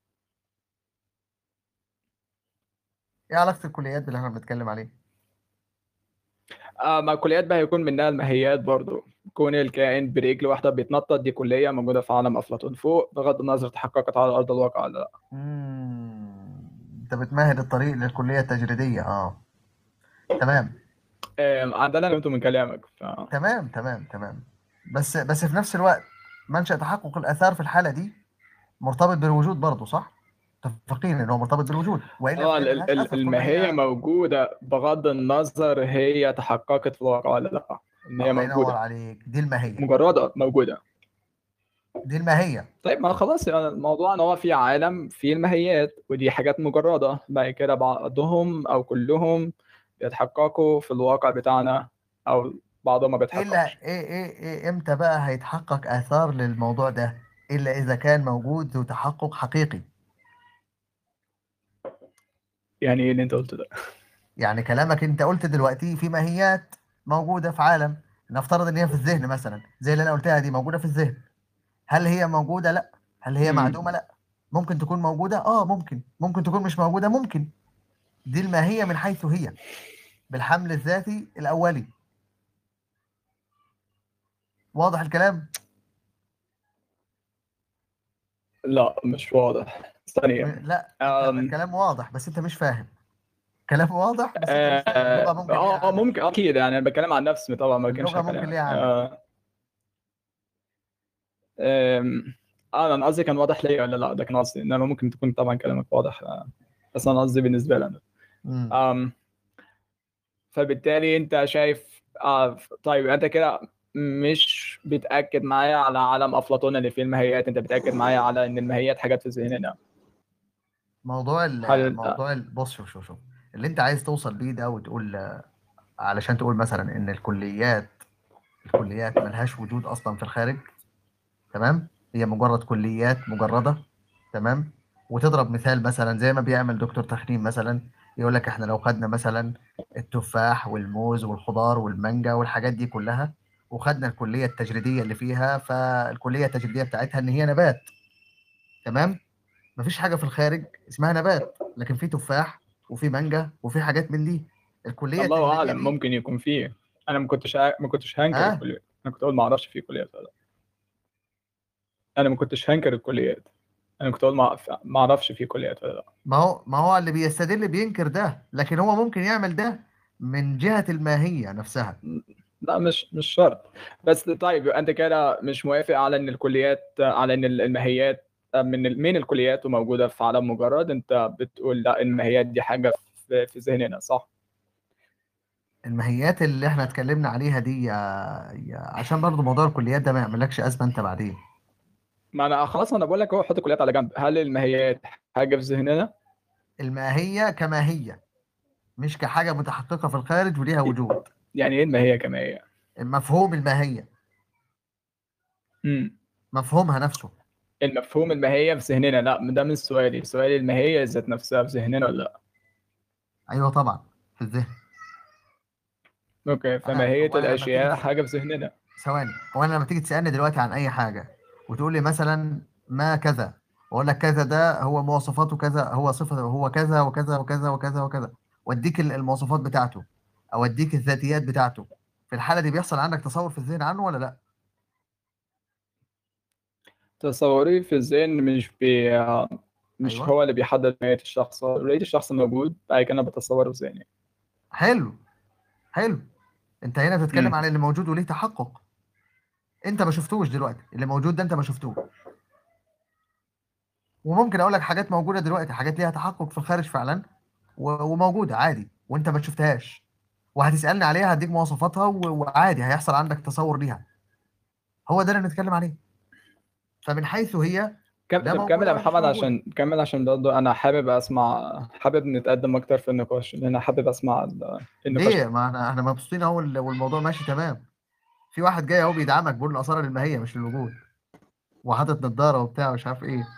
ايه علاقة الكليات باللي احنا بنتكلم عليه؟ آه، مع الكليات بقى هيكون منها الماهيات برضو. كون الكائن برجل واحده بيتنطط، دي كليه موجوده في عالم افلاطون فوق بغض النظر تحققت على ارض الواقع ولا لا. مم. انت بتمهد الطريق للكلية التجريدية، اه. تمام آه، عندنا اللي انتم من كلامك ف... تمام تمام تمام. بس بس في نفس الوقت منشأ تحقق الآثار في الحالة دي مرتبط بالوجود برضه، صح؟ متفقين ان هو مرتبط بالوجود، والا اه فهي ال- ال- ملهاش ال- اثر طول ما الماهيه هي. موجوده بغض النظر هي تحققت في الواقع ولا لا، ان هي الله ينور موجوده، عليك، دي الماهيه. مجرده موجوده. دي الماهيه. طيب ما خلاص يعني الموضوع ان هو في عالم فيه الماهيات ودي حاجات مجرده، بعد كده بعضهم او كلهم بيتحققوا في الواقع بتاعنا او بعضهم ما ايه اللي بيتحققش. ايه ايه ايه امتى بقى هيتحقق اثار للموضوع ده؟ الا اذا كان موجود ذو تحقق حقيقي. يعني ايه اللي انت قلته ده؟ يعني كلامك انت قلت دلوقتي في ماهيات موجوده في عالم، نفترض ان هي في الذهن مثلا زي اللي انا قلتها دي موجوده في الذهن. هل هي موجوده؟ لا. هل هي امم معدومه؟ لا. ممكن تكون موجوده، اه ممكن، ممكن تكون مش موجوده، ممكن. دي الماهيه من حيث هي، بالحمل الذاتي الاولي. واضح الكلام؟ لا مش واضح م- ثانيه. لا انت أم... الكلام واضح بس انت مش فاهم. كلام واضح بس انت مش فاهم. اللغه اه ممكن ليها اه آه، عامل، ممكن اكيد يعني انا بتكلم عن نفسي طبعا ما بتكلمش اللغه عن ممكن كلامك. ليها عامل. آه آم، آه، انا قصدي كان واضح ليا ولا لا؟ ده كان قصدي انما ممكن تكون طبعا كلامك واضح، آه، بس انا قصدي بالنسبه لي انا. امم آم، فبالتالي انت شايف آه طيب انت كده مش بتاكد معايا على عالم افلاطون اللي فيه الماهيات، انت بتاكد معايا على ان الماهيات حاجات في ذهننا. موضوع ال هل آه، موضوع ال بص شوف شوف شوف اللي انت عايز توصل بيه ده وتقول آه، علشان تقول مثلا ان الكليات الكليات ملهاش وجود اصلا في الخارج. تمام، هي مجرد كليات مجرده. تمام، وتضرب مثال مثلا زي ما بيعمل دكتور تخنيم مثلا، يقول لك احنا لو خدنا مثلا التفاح والموز والخضار والمانجا والحاجات دي كلها وخدنا الكليه التجريديه اللي فيها، فالكليه التجريديه بتاعتها ان هي نبات. تمام، مفيش حاجه في الخارج اسمها نبات، لكن في تفاح وفي مانجا وفي حاجات من دي. الكليه الله التجريبيه اعلم، دي ممكن يكون فيه. انا ما كنتش ع- ما كنتش هنكر اه الكليات، انا كنت اقول ما اعرفش في كليات ولا لا. انا ما كنتش هنكر الكليات، انا كنت اقول ما ما اعرفش في كليات ولا لا. ما هو ما هو اللي بيستدل بينكر ده، لكن هو ممكن يعمل ده من جهه الماهيه نفسها. لا مش مش شرط. بس طيب انت كده مش موافق على ان الكليات، على ان الماهيات من ال- من الكليات وموجوده في عالم مجرد، انت بتقول لا الماهيات دي حاجه في في ذهننا، صح؟ الماهيات اللي احنا اتكلمنا عليها دي يا... يا... عشان برضو موضوع الكليات ده ما يعملكش ازمه انت بعدين. ما انا خلاص انا بقول لك اهو، حط الكليات على جنب. هل الماهيات حاجه في ذهننا؟ الماهيه كماهيه، مش كحاجه متحققه في الخارج وليها وجود. يعني ايه الماهيه كماهيه؟ مفهوم الماهيه، امم مفهومها نفسه. المفهوم الماهيه في ذهننا، لا ده من سؤالي. سؤالي الماهيه ذات نفسها في ذهننا ولا لا؟ ايوه طبعا في الذهن. اوكي، انا فماهيه هو انا لما تيجي الاشياء تس... حاجه في ذهننا. ثواني، هو انا لما تيجي تسالني دلوقتي عن اي حاجه وتقول لي مثلا ما كذا، واقول لك كذا ده هو مواصفاته كذا، هو صفه هو كذا وكذا وكذا وكذا وكذا، واديك ال- المواصفات بتاعته او اديك الذاتيات بتاعته، في الحاله دي بيحصل عندك تصور في الذهن عنه ولا لا؟ تصوري في الذهن مش بي... مش ايوه هو اللي بيحدد ماهيه الشخص. لو لقيت الشخص موجود بعد كده انا بتصوره في ذهني. حلو. حلو. انت هنا بتتكلم امم عن اللي موجود وليه تحقق. انت ما شفتوش دلوقتي، اللي موجود ده انت ما شفتوه. وممكن اقول لك حاجات موجوده دلوقتي، حاجات ليها تحقق في الخارج فعلا و- وموجوده عادي وانت ما شفتهاش، وهتسالني عليها هديك مواصفاتها و- وعادي هيحصل عندك تصور ليها. هو ده اللي بنتكلم عليه. فمن حيث هي ده كمل كمل موجود يا او مش محمد، موجود. عشان كمل عشان برضه انا حابب اسمع، حابب نتقدم اكتر في النقاش، لان انا حابب اسمع ال- النقاش. ليه؟ ما احنا احنا مبسوطين اهو وال- والموضوع ماشي تمام. في واحد جاي اهو بيدعمك بيقول الاثار الماهيه مش الوجود، وحاطط نضاره وبتاع مش عارف ايه.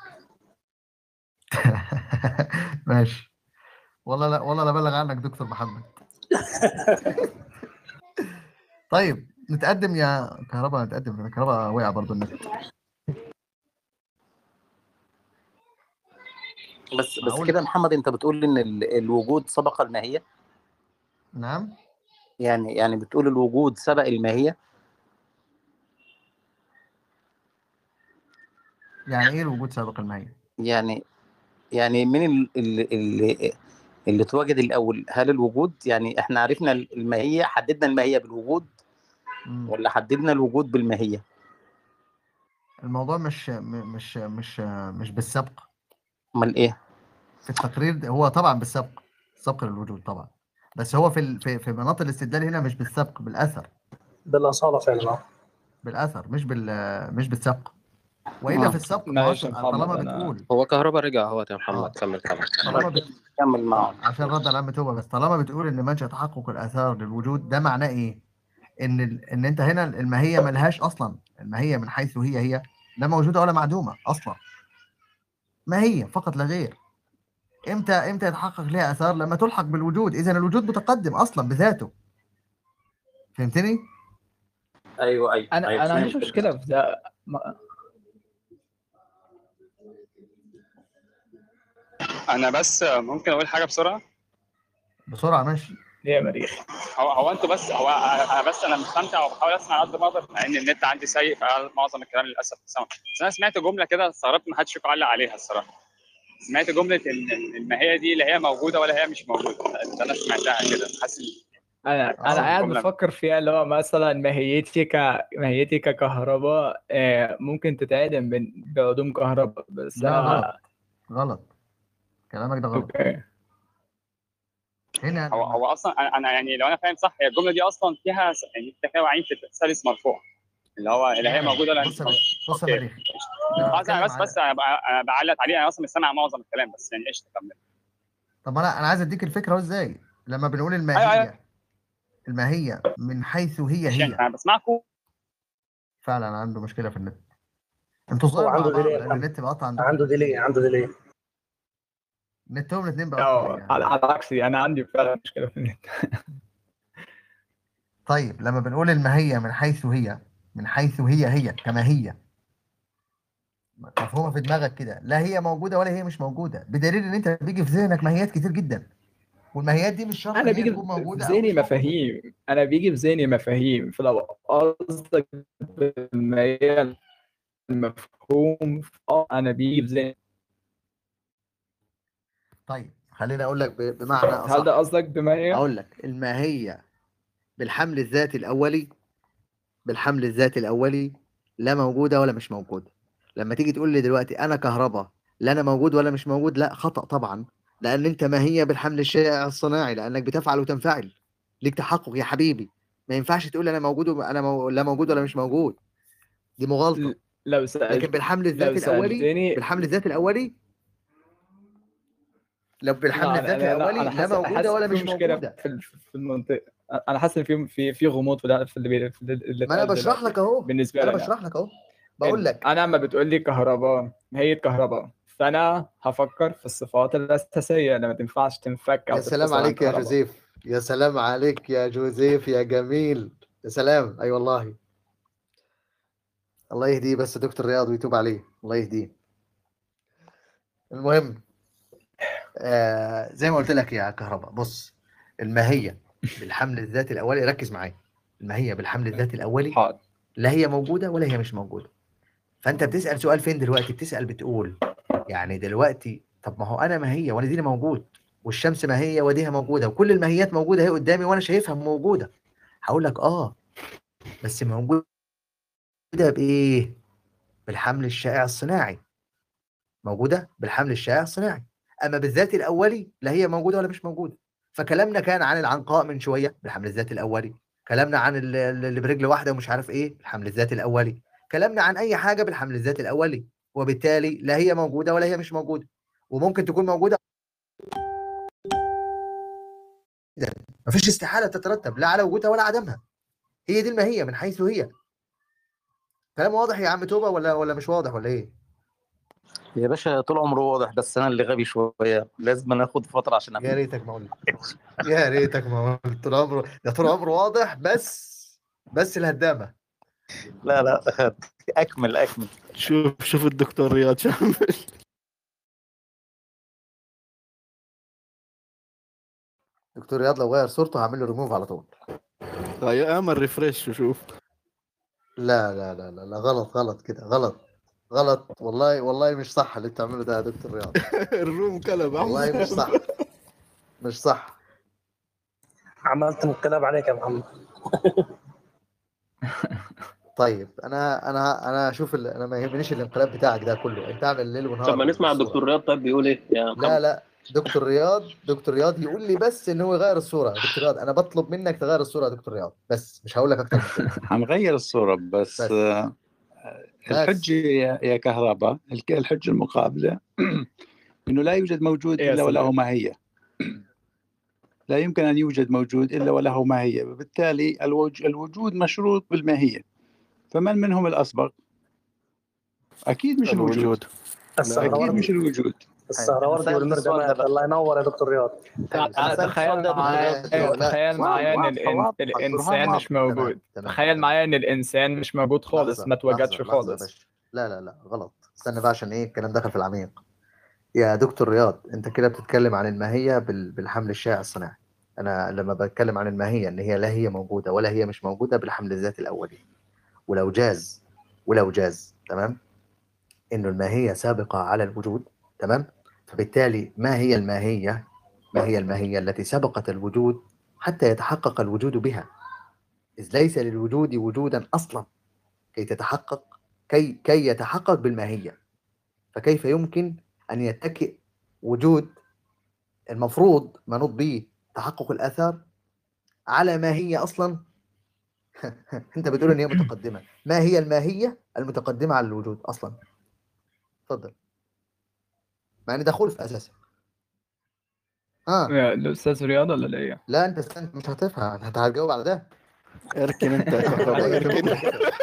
ماشي. والله لا والله لا بلغ عنك دكتور محمد. طيب نتقدم يا كهرباء، نتقدم. كهرباء وقع برضو النت. بس بس معقول؟ كده يا محمد، انت بتقول ان ال- الوجود سبق الماهيه؟ نعم. يعني يعني بتقول الوجود سبق الماهيه؟ يعني ايه الوجود سابق الماهيه؟ يعني يعني من ال- ال- اللي اللي اتوجد الاول؟ هل الوجود يعني احنا عرفنا الماهيه، حددنا الماهيه بالوجود، مم. ولا حددنا الوجود بالماهيه؟ الموضوع مش م- مش مش مش بالسبق. امال ايه؟ في التقرير ده هو طبعا بالسبق، سبق للوجود طبعا، بس هو في ال... في في مناط الاستدلال هنا مش بالسبق، بالاثر. بالاصاله فعلا. اه بالاثر مش بال مش بالسبق. والا في اه السبق ما معلش يا اصلا طالما محمد، انا بتقول هو كهربا رجع اهوت يا محمد، اه كمل كمل. طالما بت... كمل معه. عشان رد على عم توبه، بس طالما بتقول ان منشأ تحقق الاثار للوجود ده معناه ايه؟ ان ال... ان انت هنا الماهيه ملهاش اصلا، الماهيه من حيث هي هي لا موجوده ولا معدومه اصلا، ماهيه فقط لا غير. امتى امتى يتحقق لها اثار؟ لما تلحق بالوجود، اذا الوجود متقدم اصلا بذاته. فهمتني؟ ايوه ايوه انا ايوه انا ما عنديش فهمت. مشكله في ده. ما- انا بس ممكن اقول حاجه بسرعه. بسرعه ماشي. ليه يا مريخ؟ هو هو انتوا بس هو انا بس انا مستمتع وبحاول اسمع على قد ما اقدر، مع ان النت عندي سيء فمعظم الكلام للاسف سمع. بس انا سمعت جمله كده استغربت ما حدش فيكم علق عليها الصراحه. سمعت جمله ان الماهيه دي لا هي موجوده ولا هي مش موجوده. ده انا سمعتها كده، حاسس انا انا اه قاعد الجمله بفكر فيها، اللي هو مثلا ماهيتي ك ماهيتي ككهرباء آه، ممكن تتعدم من- بعدوم كهرباء، بس لا غلط، انا غلط، كلامك ده غلط. اوكي. هنا هو لما هو اصلا انا أنا يعني لو انا فاهم صح، هي الجمله دي اصلا فيها س- يعني فيها وعين في ثالث مرفوع، اللي هو لا هي لا لا موجوده ولا مش بص يا موجوده. باشا، بص يا اوكي مريخي، لما خلاص، انا بتكلم بس بس على انا ب- أنا بعلق عليه، انا اصلا مش سامع معظم الكلام، بس يعني قشطه كمل. طب انا انا عايز اديك الفكره اهو ازاي لما بنقول ايوه ايوه الماهيه، الماهيه من حيث هي ماشي، هي. انا بسمعكم. فعلا عنده مشكله في النت. انتوا هو الظاهر مع عنده ديلي بعض يا لان محمد، النت بيقطع عندكم عنده الاثنين. ديلي عنده ديلي. نتهم الاثنين بيقطع اه على يعني. على عكسي، انا عندي فعلا مشكله في النت. طيب لما بنقول الماهيه من حيث هي، من حيث هي هي كما هي، مفهومه في دماغك كده، لا هي موجوده ولا هي مش موجوده، بدليل ان انت بيجي في ذهنك ماهيات كتير جدا، والماهيات دي مش شرط ان انا هي بيجي تكون في موجوده او ذهني مش موجوده. مفاهيم انا بيجي في ذهني مفاهيم فلو قصدك بما هي المفهوم اه انا بيجي في ذهني. طيب خليني اقول لك ب- بمعنى هل ده اصح، قصدك بما هي؟ اقول لك الماهيه بالحمل الذاتي الاولي، بالحمل الذاتي الاولي لا موجوده ولا مش موجوده. لما تيجي تقول لي دلوقتي انا كهرباء، لا انا موجود ولا مش موجود، لا خطأ طبعا، لان انت ماهيه بالحمل الشائع الصناعي، لانك بتفعل وتنفعل، ليك تحقق يا حبيبي. ما ينفعش تقول انا موجود و- انا مو... لا موجود ولا مش موجود، دي مغالطه. ل- لو لكن سألت بالحمل لو الذاتي الاولي، سألتني بالحمل الذاتي الاولي لو بالحمل لا الذاتي انا انا الاولي انا لا حاسس موجوده حاسس ولا في مش مشكله موجوده. في ال- في المنطقه. انا حاسس ان في في في غموض في ده- في اللي بي- في اللي ما انا اتقال بشرح دلوقتي لك اهو، بالنسبه انا لي انا. بشرح لك اهو، بقول إن لك انا لما بتقول لي كهرباء هي كهرباء فانا هفكر في الصفات الاساسيه اللي ما تنفعش تنفك او يا سلام تتفصل عن عليك يا كهرباء. جوزيف، يا سلام عليك يا جوزيف يا جميل، يا سلام، اي والله. الله يهديه بس دكتور رياض ويتوب عليه، الله يهديه. المهم آه زي ما قلت لك يا كهرباء، بص، الماهيه بالحمل الذاتي الاولي، ركز معايا، الماهيه بالحمل الذاتي الاولي حاضر. لا هي موجوده ولا هي مش موجوده. فانت بتسال سؤال فين دلوقتي؟ بتسال بتقول يعني دلوقتي طب ما هو انا ماهيه وانا دي موجود، والشمس ماهيه وديها موجوده، وكل الماهيات موجوده اهي قدامي وانا شايفها موجوده. هقول لك اه بس موجوده بايه؟ بالحمل الشائع الصناعي، موجوده بالحمل الشائع الصناعي. اما بالذات الاولي لا هي موجوده ولا مش موجوده. فكلامنا كان عن العنقاء من شويه بالحمل الذاتي الاولي، كلامنا عن ال- اللي برجل واحده ومش عارف ايه بالحمل الذاتي الاولي، كلامنا عن اي حاجه بالحمل الذاتي الاولي، وبالتالي لا هي موجوده ولا هي مش موجوده، وممكن تكون موجوده. إذا مفيش استحاله تترتب لا على وجودها ولا عدمها، هي دي الماهيه من حيث هي. كلام واضح يا عم توبه ولا ولا مش واضح ولا ايه؟ يا باشا طول عمره واضح، بس انا اللي غبي شويه، لازم ناخد فتره عشان يا افهم. ريتك ما قلت، يا ريتك ما قلت، طول عمره ده طول عمره واضح، بس بس الهدامه. لا لا اكمل اكمل. شوف شوف الدكتور رياض شامل. دكتور رياض لو غير صورته هعمل له ريموف على طول. طيب اعمل ريفرش وشوف. لا لا لا لا, لا غلط غلط كده، غلط غلط والله، والله مش صح اللي بتعمله ده يا دكتور رياض. الروم كلب والله مش صح، مش صح. عملت انقلاب عليك يا محمد. طيب انا انا انا اشوف ال... انا ما يهمنيش الانقلاب بتاعك ده كله، انت اعمل ليل ونهار. طب ما نسمع بالصورة. الدكتور رياض طيب بيقول ايه يا محمد؟ لا لا دكتور رياض، دكتور رياض يقول لي بس ان هو يغير الصوره. دكتور رياض انا بطلب منك تغير الصوره يا دكتور رياض، بس مش هقول لك اكتر من كده. هنغير الصورة بس, بس. آه، بس. الحجة يا يا كهرباء، الك- الحجة المقابلة انه لا يوجد موجود إيه يا الا وله سلام. ماهية. لا يمكن ان يوجد موجود الا وله ماهية، وبالتالي الوج- الوجود مشروط بالماهية. فمن منهم الاسبق؟ اكيد مش الوجود، الوجود. اكيد مش الوجود. السهروردي سألت السؤال ده والمردمات، بقى. الله ينور يا دكتور رياض. أيوة، بس أنا تع- سألت السؤال تخيل ده يا دكتور معايا رياض. لا. تخيل معايا ان واضحة الإن... واضحة، الانسان البرهان مش تمام موجود. تمام تخيل تمام. معايا ان الانسان مش موجود خالص، لحظة ما اتوجدش لحظة لحظة يا خالص. باشا، لا لا لا غلط، استنى بقى عشان ايه الكلام دخل في العميق. يا دكتور رياض انت كده بتتكلم عن الماهية بال... بالحمل الشائع الصناعي. انا لما بتكلم عن الماهية ان هي لا هي موجودة ولا هي مش موجودة بالحمل الذاتي الاولي. ولو جاز، ولو جاز تمام انه الماهية سابقة على الوجود، تمام، فبالتالي ما هي الماهية، ما هي الماهية التي سبقت الوجود حتى يتحقق الوجود بها؟ إذ ليس للوجود وجودا أصلا كي تتحقق، كي كي يتحقق بالماهية. فكيف يمكن أن يتكئ وجود المفروض منوط به تحقق الآثار على ماهية أصلا؟ أنت بتقول إن هي متقدمة، ما هي الماهية المتقدمة على الوجود أصلا؟ اتفضل، مع إن ده خلف أساسا. اه يا الاستاذ رياض ولا لا ايه؟ لا انت استنى مش هتفهم، انت هتجاوب على ده. اركن انت يا كهرباء اركن.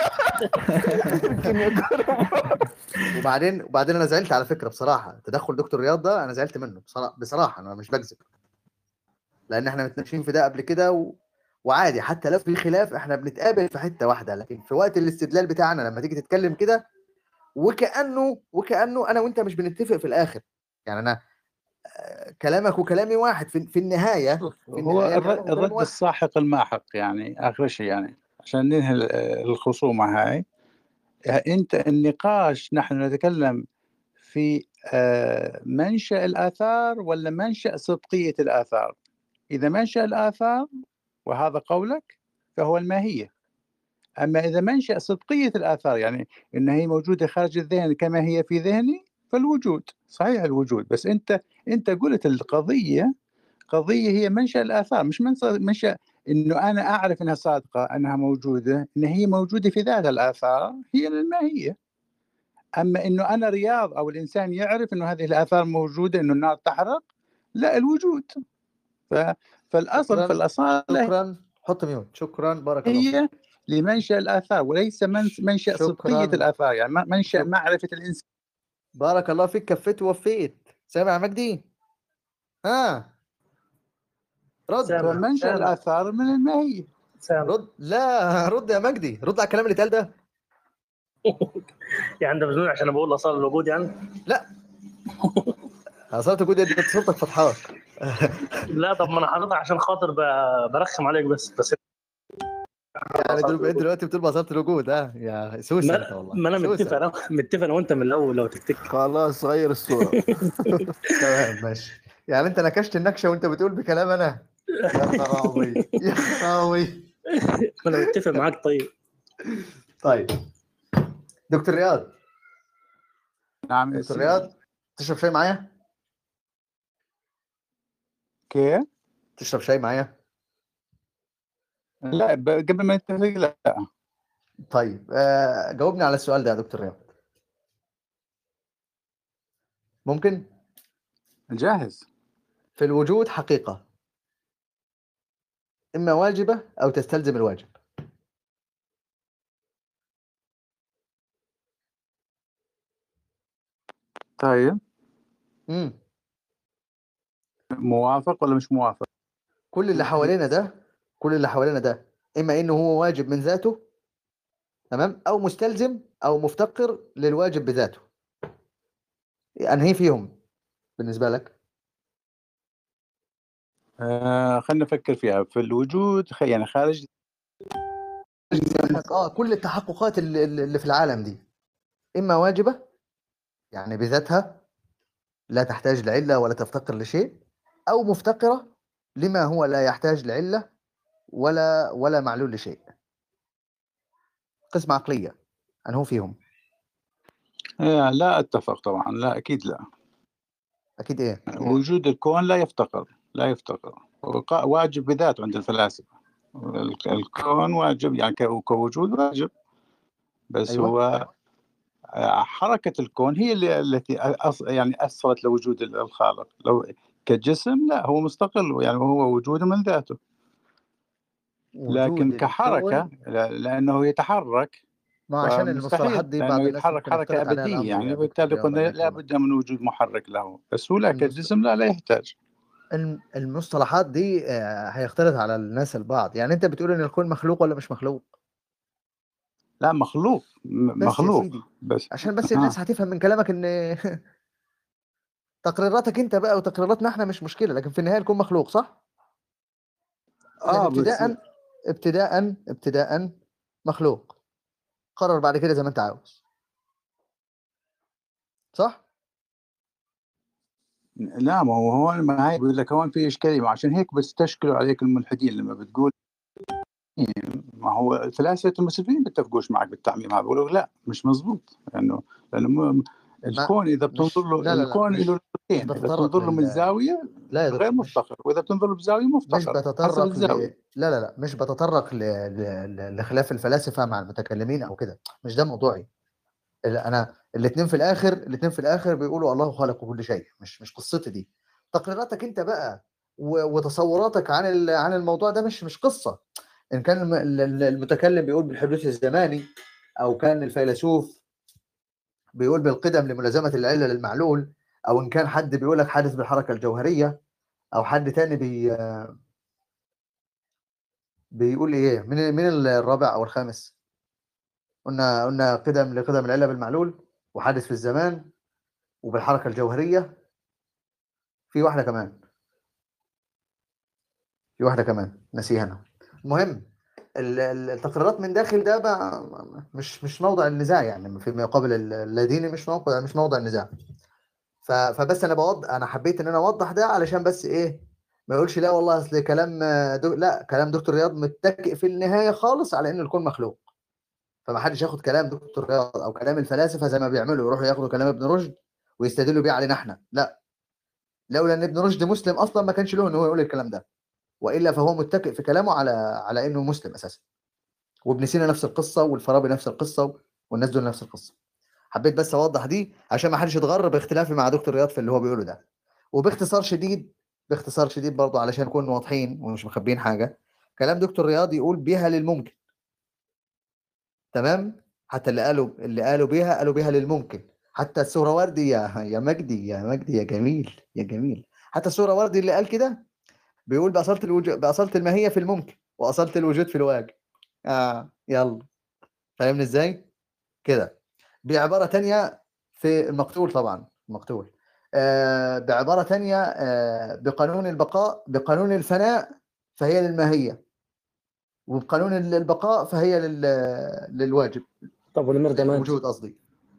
وبعدين وبعدين انا زعلت على فكره بصراحه، تدخل دكتور رياض ده انا زعلت منه بصراحه، بصراحه انا مش بكذب، لان احنا متناقشين في ده قبل كده و... وعادي حتى لو في خلاف احنا بنتقابل في حته واحده، لكن في وقت الاستدلال بتاعنا لما تيجي تتكلم كده وكانه وكانه انا وانت مش بنتفق في الاخر. يعني انا آه، كلامك وكلامي واحد في, في النهايه في هو النهايه الر- كلامك وكلامي الرد واحد. الساحق الماحق يعني آخر شيء، يعني عشان ننهي ال- الخصومة هاي. أنت النقاش نحن نتكلم في آه، منشأ الآثار ولا منشأ صدقية الآثار؟ إذا منشأ الآثار وهذا قولك فهو الماهية. أما إذا منشأ صدقية الآثار يعني إن هي موجودة خارج الذهن كما هي في ذهني، فالوجود صحيح الوجود. بس أنت أنت قلت القضية قضية هي منشأ الآثار، مش منص- منشأ إنه أنا أعرف أنها صادقة، أنها موجودة، إن هي موجودة في ذات الآثار هي الماهية. أما إنه أنا رياض أو الإنسان يعرف إنه هذه الآثار موجودة، إنه النار تحرق، لا الوجود. ف... فالأصل شكرا فالأصالة شكرا حط ميوت. شكرا بارك الله فيك. هي لمنشأ الآثار وليس من- منشأ صدقية شكرا الآثار، يعني م- منشأ شك... معرفة الإنسان. بارك الله فيك، كفيت ووفيت. سامع يا مجدي؟ ها رد سامع فمنشأ سامع الآثار من الماهية. سامع رد. لا رد يا مجدي، رد على الكلام اللي اتقال ده. يعني انت بتقول عشان أنا بقول اصاله الوجود يعني؟ لا اصلت وجود انت صورتك فتحاك. لا طب ما انا حاططها عشان خاطر ب- برخم عليك بس بس يعني دول بقيت دلوقتي بتقول بصرت الوجود. ها يا سوسه انت ما, والله ما انا متفق سوسه. انا متفق انا وانت من الاول لو تفتكر. خلاص غير الصورة. تمام ماشي. يعني انت نكشت النكشه وانت بتقول بكلام انا. يا خراوي يا خراوي. ما انا متفق معاك. طيب طيب دكتور رياض، نعم يا دكتور سيدي. رياض تشرب شاي معايا؟ كيف؟ تشرب شاي معايا؟ لا ب- قبل ما نتفق لا. طيب آه جاوبني على السؤال ده يا دكتور رياض، ممكن؟ جاهز. في الوجود حقيقة إما واجبة أو تستلزم الواجب. طيب امم موافق ولا مش موافق؟ كل اللي حوالينا ده كل اللي حوالينا ده إما إنه هو واجب من ذاته، تمام، أو مستلزم أو مفتقر للواجب بذاته. أنهي فيهم بالنسبة لك؟ آه خلينا نفكر فيها. في الوجود خ- يعني خارج. اه كل التحققات اللي, اللي في العالم دي إما واجبة يعني بذاتها لا تحتاج لعلة ولا تفتقر لشيء، أو مفتقرة لما هو لا يحتاج لعلة ولا ولا معلول لشيء. قسم عقلية أنهو فيهم؟ آه لا أتفق طبعا، لا أكيد لا. أكيد إيه؟ وجود الكون لا يفتقر لا يفتقر وق- واجب بذاته عند الفلاسفة. ال- الكون واجب يعني ك- كوجود واجب. بس أيوه هو آه، حركة الكون هي اللي التي أص يعني أثرت لوجود ال- الخالق. لو كجسم لا هو مستقل يعني وهو وجود من ذاته. لكن وجود كحركة الكون. لا- لأنه يتحرك ما عشان المصطلحات فمستحيل، دي بعض لأنه الناس يتحرك ممكن حركة يختلط عليها أبدية الأمر يا يعني دكتور بالتالي رياض، قلنا الله لا يكرمك. بد من وجود محرك له. بس هو لا المست... كجسم لا لا يحتاج. الم- المصطلحات دي آه، هيختلط على الناس البعض. يعني أنت بتقول إن الكون مخلوق ولا مش مخلوق؟ لا مخلوق م- بس يا مخلوق سيدي بس. عشان بس آه. الناس هتفهم من كلامك إن تقريراتك أنت بقى وتقريراتنا إحنا مش مشكلة، لكن في النهاية الكون مخلوق صح؟ يعني آه بس ابتداء ابتداء ابتداء مخلوق، قرر بعد كده زي ما أنت عاوز، صح؟ لا ما هو هون ما هي بيقول لك هون في إشكالية، عشان هيك بستشكلوا عليك الملحدين لما بتقول ما هو الفلاسفة المسلمين بيتفقوش معك بالتعميم هذا، بيقولوا لا مش مزبوط. لأنه لأنه م- ما الكون إذا بتنظر مش له لا لا لا الكون مش له مش نظرتين، إذا بتطرق بتنظر له من لل زاوية لا يا غير دكتور مش مفتقر، وإذا بتنظر له بزاوية مش مفتقر حسب بتطرق ل الزاوية. لا لا لا مش بتطرق ل... ل... ل- لخلاف الفلاسفة مع المتكلمين أو كده، مش ده موضوعي. ال- أنا الاتنين في الآخر الاتنين في الآخر بيقولوا الله خلق كل شيء، مش مش قصتي دي. تقريراتك أنت بقى و... وتصوراتك عن ال... عن الموضوع ده مش مش قصة. إن كان الم- ال- ال- المتكلم بيقول بالحدوث الزماني، أو كان الفيلسوف بيقول بالقدم لملازمة العلة للمعلول، أو إن كان حد بيقول لك حادث بالحركة الجوهرية، أو حد تاني بي... بيقول ايه، من من الرابع او الخامس؟ قلنا قلنا قدم لقدم العله بالمعلول، وحادث في الزمان وبالحركه الجوهريه. في واحده كمان في واحده كمان نسيها انا. المهم ال- ال- التقريرات من داخل ده بقى مش مش موضع النزاع، يعني في مقابل ال- اللاديني مش موضع مش موضع النزاع. ف- فبس انا بوضح، انا حبيت ان انا اوضح ده علشان بس ايه، ما يقولش لا والله اصل كلام دو... لا كلام دكتور رياض متكئ في النهايه خالص على ان الكون مخلوق. فما حدش ياخد كلام دكتور رياض او كلام الفلاسفه زي ما بيعملوا، يروحوا ياخدوا كلام ابن رشد ويستدلوا بيه علينا احنا. لا، لولا ان ابن رشد مسلم اصلا ما كانش له ان هو يقول الكلام ده، والا فهو متكئ في كلامه على على انه مسلم اساسا. وابن سينا نفس القصه، والفارابي نفس القصه، والناس دول نفس القصه. حبيت بس اوضح دي عشان ما حدش يتغرب باختلافي مع دكتور رياض في اللي هو بيقوله ده. وباختصار شديد باختصار شديد برضه علشان نكون واضحين ومش مخبيين حاجه، كلام دكتور رياض يقول بها للممكن. تمام؟ حتى اللي قالوا اللي قالوا بها قالوا بها للممكن. حتى السهروردي يا يا مجدي يا مجدي يا جميل يا جميل، حتى السهروردي اللي قال كده بيقول بأصالة الوجود، بأصالة الماهية في الممكن وأصالة الوجود في الواجب. اه يلا، فاهمني ازاي؟ كده. بعبارة تانية في المقتول، طبعا المقتول آه بعبارة تانية آه بقانون البقاء، بقانون الفناء فهي للماهية، وبقانون البقاء فهي لل... للواجب. طب والمردمات؟ الوجود قصدي.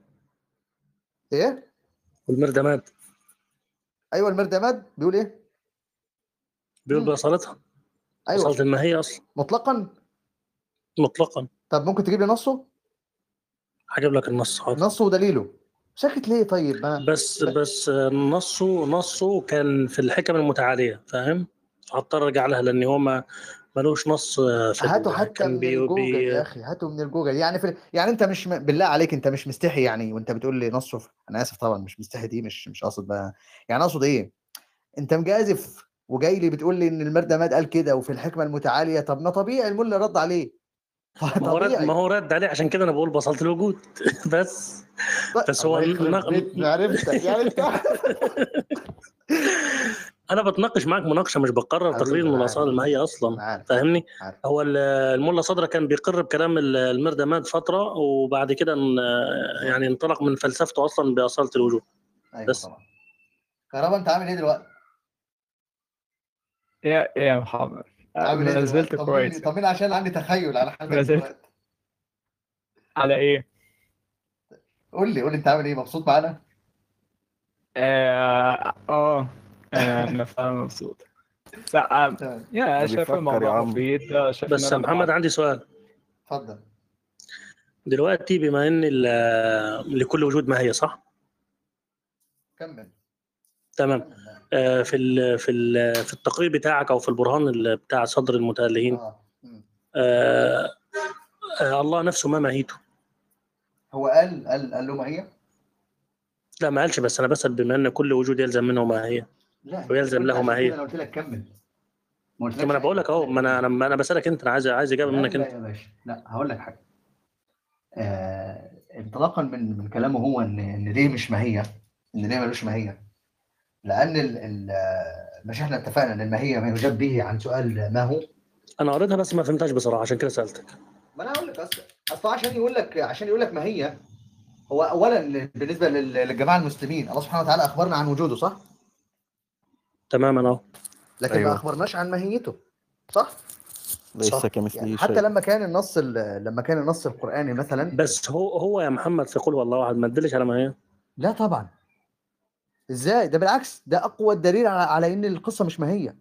ايه؟ والمردمات ايوه المردمات بيقول ايه؟ بيقول مم. بأصالتها، ايوه أصالة الماهية أصلا مطلقا. مطلقا. طب ممكن تجيب لي نصه؟ هجيب لك النص حاضر. نصه ودليله. ساكت ليه طيب؟ ما بس بس نصه نصه كان في الحكم المتعالية، فاهم؟ فهضطر ارجع لها لان هو ما ملوش نص في هاتوا ال... حتى كان من بي... الجوجل بي... يا اخي، هاتوا من الجوجل. يعني في يعني انت مش م... بالله عليك انت مش مستحي يعني وانت بتقول لي نصه في... انا اسف طبعا مش مستحي، دي مش مش قاصد بقى. يعني اقصد ايه؟ انت مجازف وجاي لي بتقول لي ان المردمات قال كده وفي الحكمه المتعاليه. طب ما طبيعي الملا رد عليه. ما هو رد ما طبيعي. هو رد عليه، عشان كده انا بقول بصلت الوجود. بس طيب بس هو الله يخرب نق... بيت معرفتك يعني انت. انا بتناقش معاك مناقشه، مش بقرر تقرير حبيبي من انا الاصاله عارف المائيه انا اصلا، عارف فاهمني؟ عارف. هو ال- الملا صدره كان بيقر بكلام ال- المردمات فتره، وبعد كده ان- يعني انطلق من فلسفته اصلا باصاله الوجود. ايوه بس طبعا. كهربا انت عامل ايه دلوقتي؟ ايه ايه يا محمد، عامل ايه ما دلوقتي؟ زلت طمني كويس. طمني عشان عندي تخيل على حالتك ما زلت دلوقتي. على ايه؟ قول لي قول لي انت عامل ايه؟ مبسوط معانا؟ اه اه انا أنا فعلا مبسوط. بس آه، تمام. يا ده شايف بيفكر يا الموضوع عم. مفيد، شايف ان بس يا انا محمد بتعلم. عندي سؤال اتفضل. دلوقتي، بما ان ال- لكل وجود ماهيه، صح؟ كمل تمام. كمل بقى. آه، في ال في ال في التقرير بتاعك او في البرهان ال- بتاع صدر المتألهين، اه مم. آه آه الله نفسه ما ماهيته. هو قال قال قال له ما هي؟ لا ما قالش، بس انا بسأل بما ان كل وجود يلزم منه ماهيه لا انت ويلزم قلت له عشان كده ماهيه. انا قلت لك كمل. ما قلتلكش طب انا بقول حاجه، لك قلت اهو، لك ما انا كمل. انا انا بسألك انت، انا عايز عايز اجابه لا منك لا انت. يا باشا، لا هقول لك حاجه. آه انطلاقا من من كلامه هو ان ان ليه مش ماهيه؟ ان ليه ملوش ماهيه؟ لان ال ال آه، مش احنا اتفقنا ان الماهيه ما يجاب به عن سؤال ما هو؟ انا قريتها بس ما فهمتهاش بصراحه، عشان كده سألتك. ما انا هقول لك اصل اصل عشان يقول لك عشان يقول لك ماهيه. هو اولا بالنسبه لل- للجماعه المسلمين الله سبحانه وتعالى اخبرنا عن وجوده، صح؟ تماما اهو. لكن ما ايوه اخبرناش عن ماهيته، صح؟ ليس صح. كمثله يعني حتى شيء. لما كان النص ال- لما كان النص القرآني مثلا. بس هو هو يا محمد في قل والله احد ما تدلش على ماهيه. لا طبعا. ازاي؟ ده بالعكس، ده اقوى دليل على, على ان القصه مش ماهيه.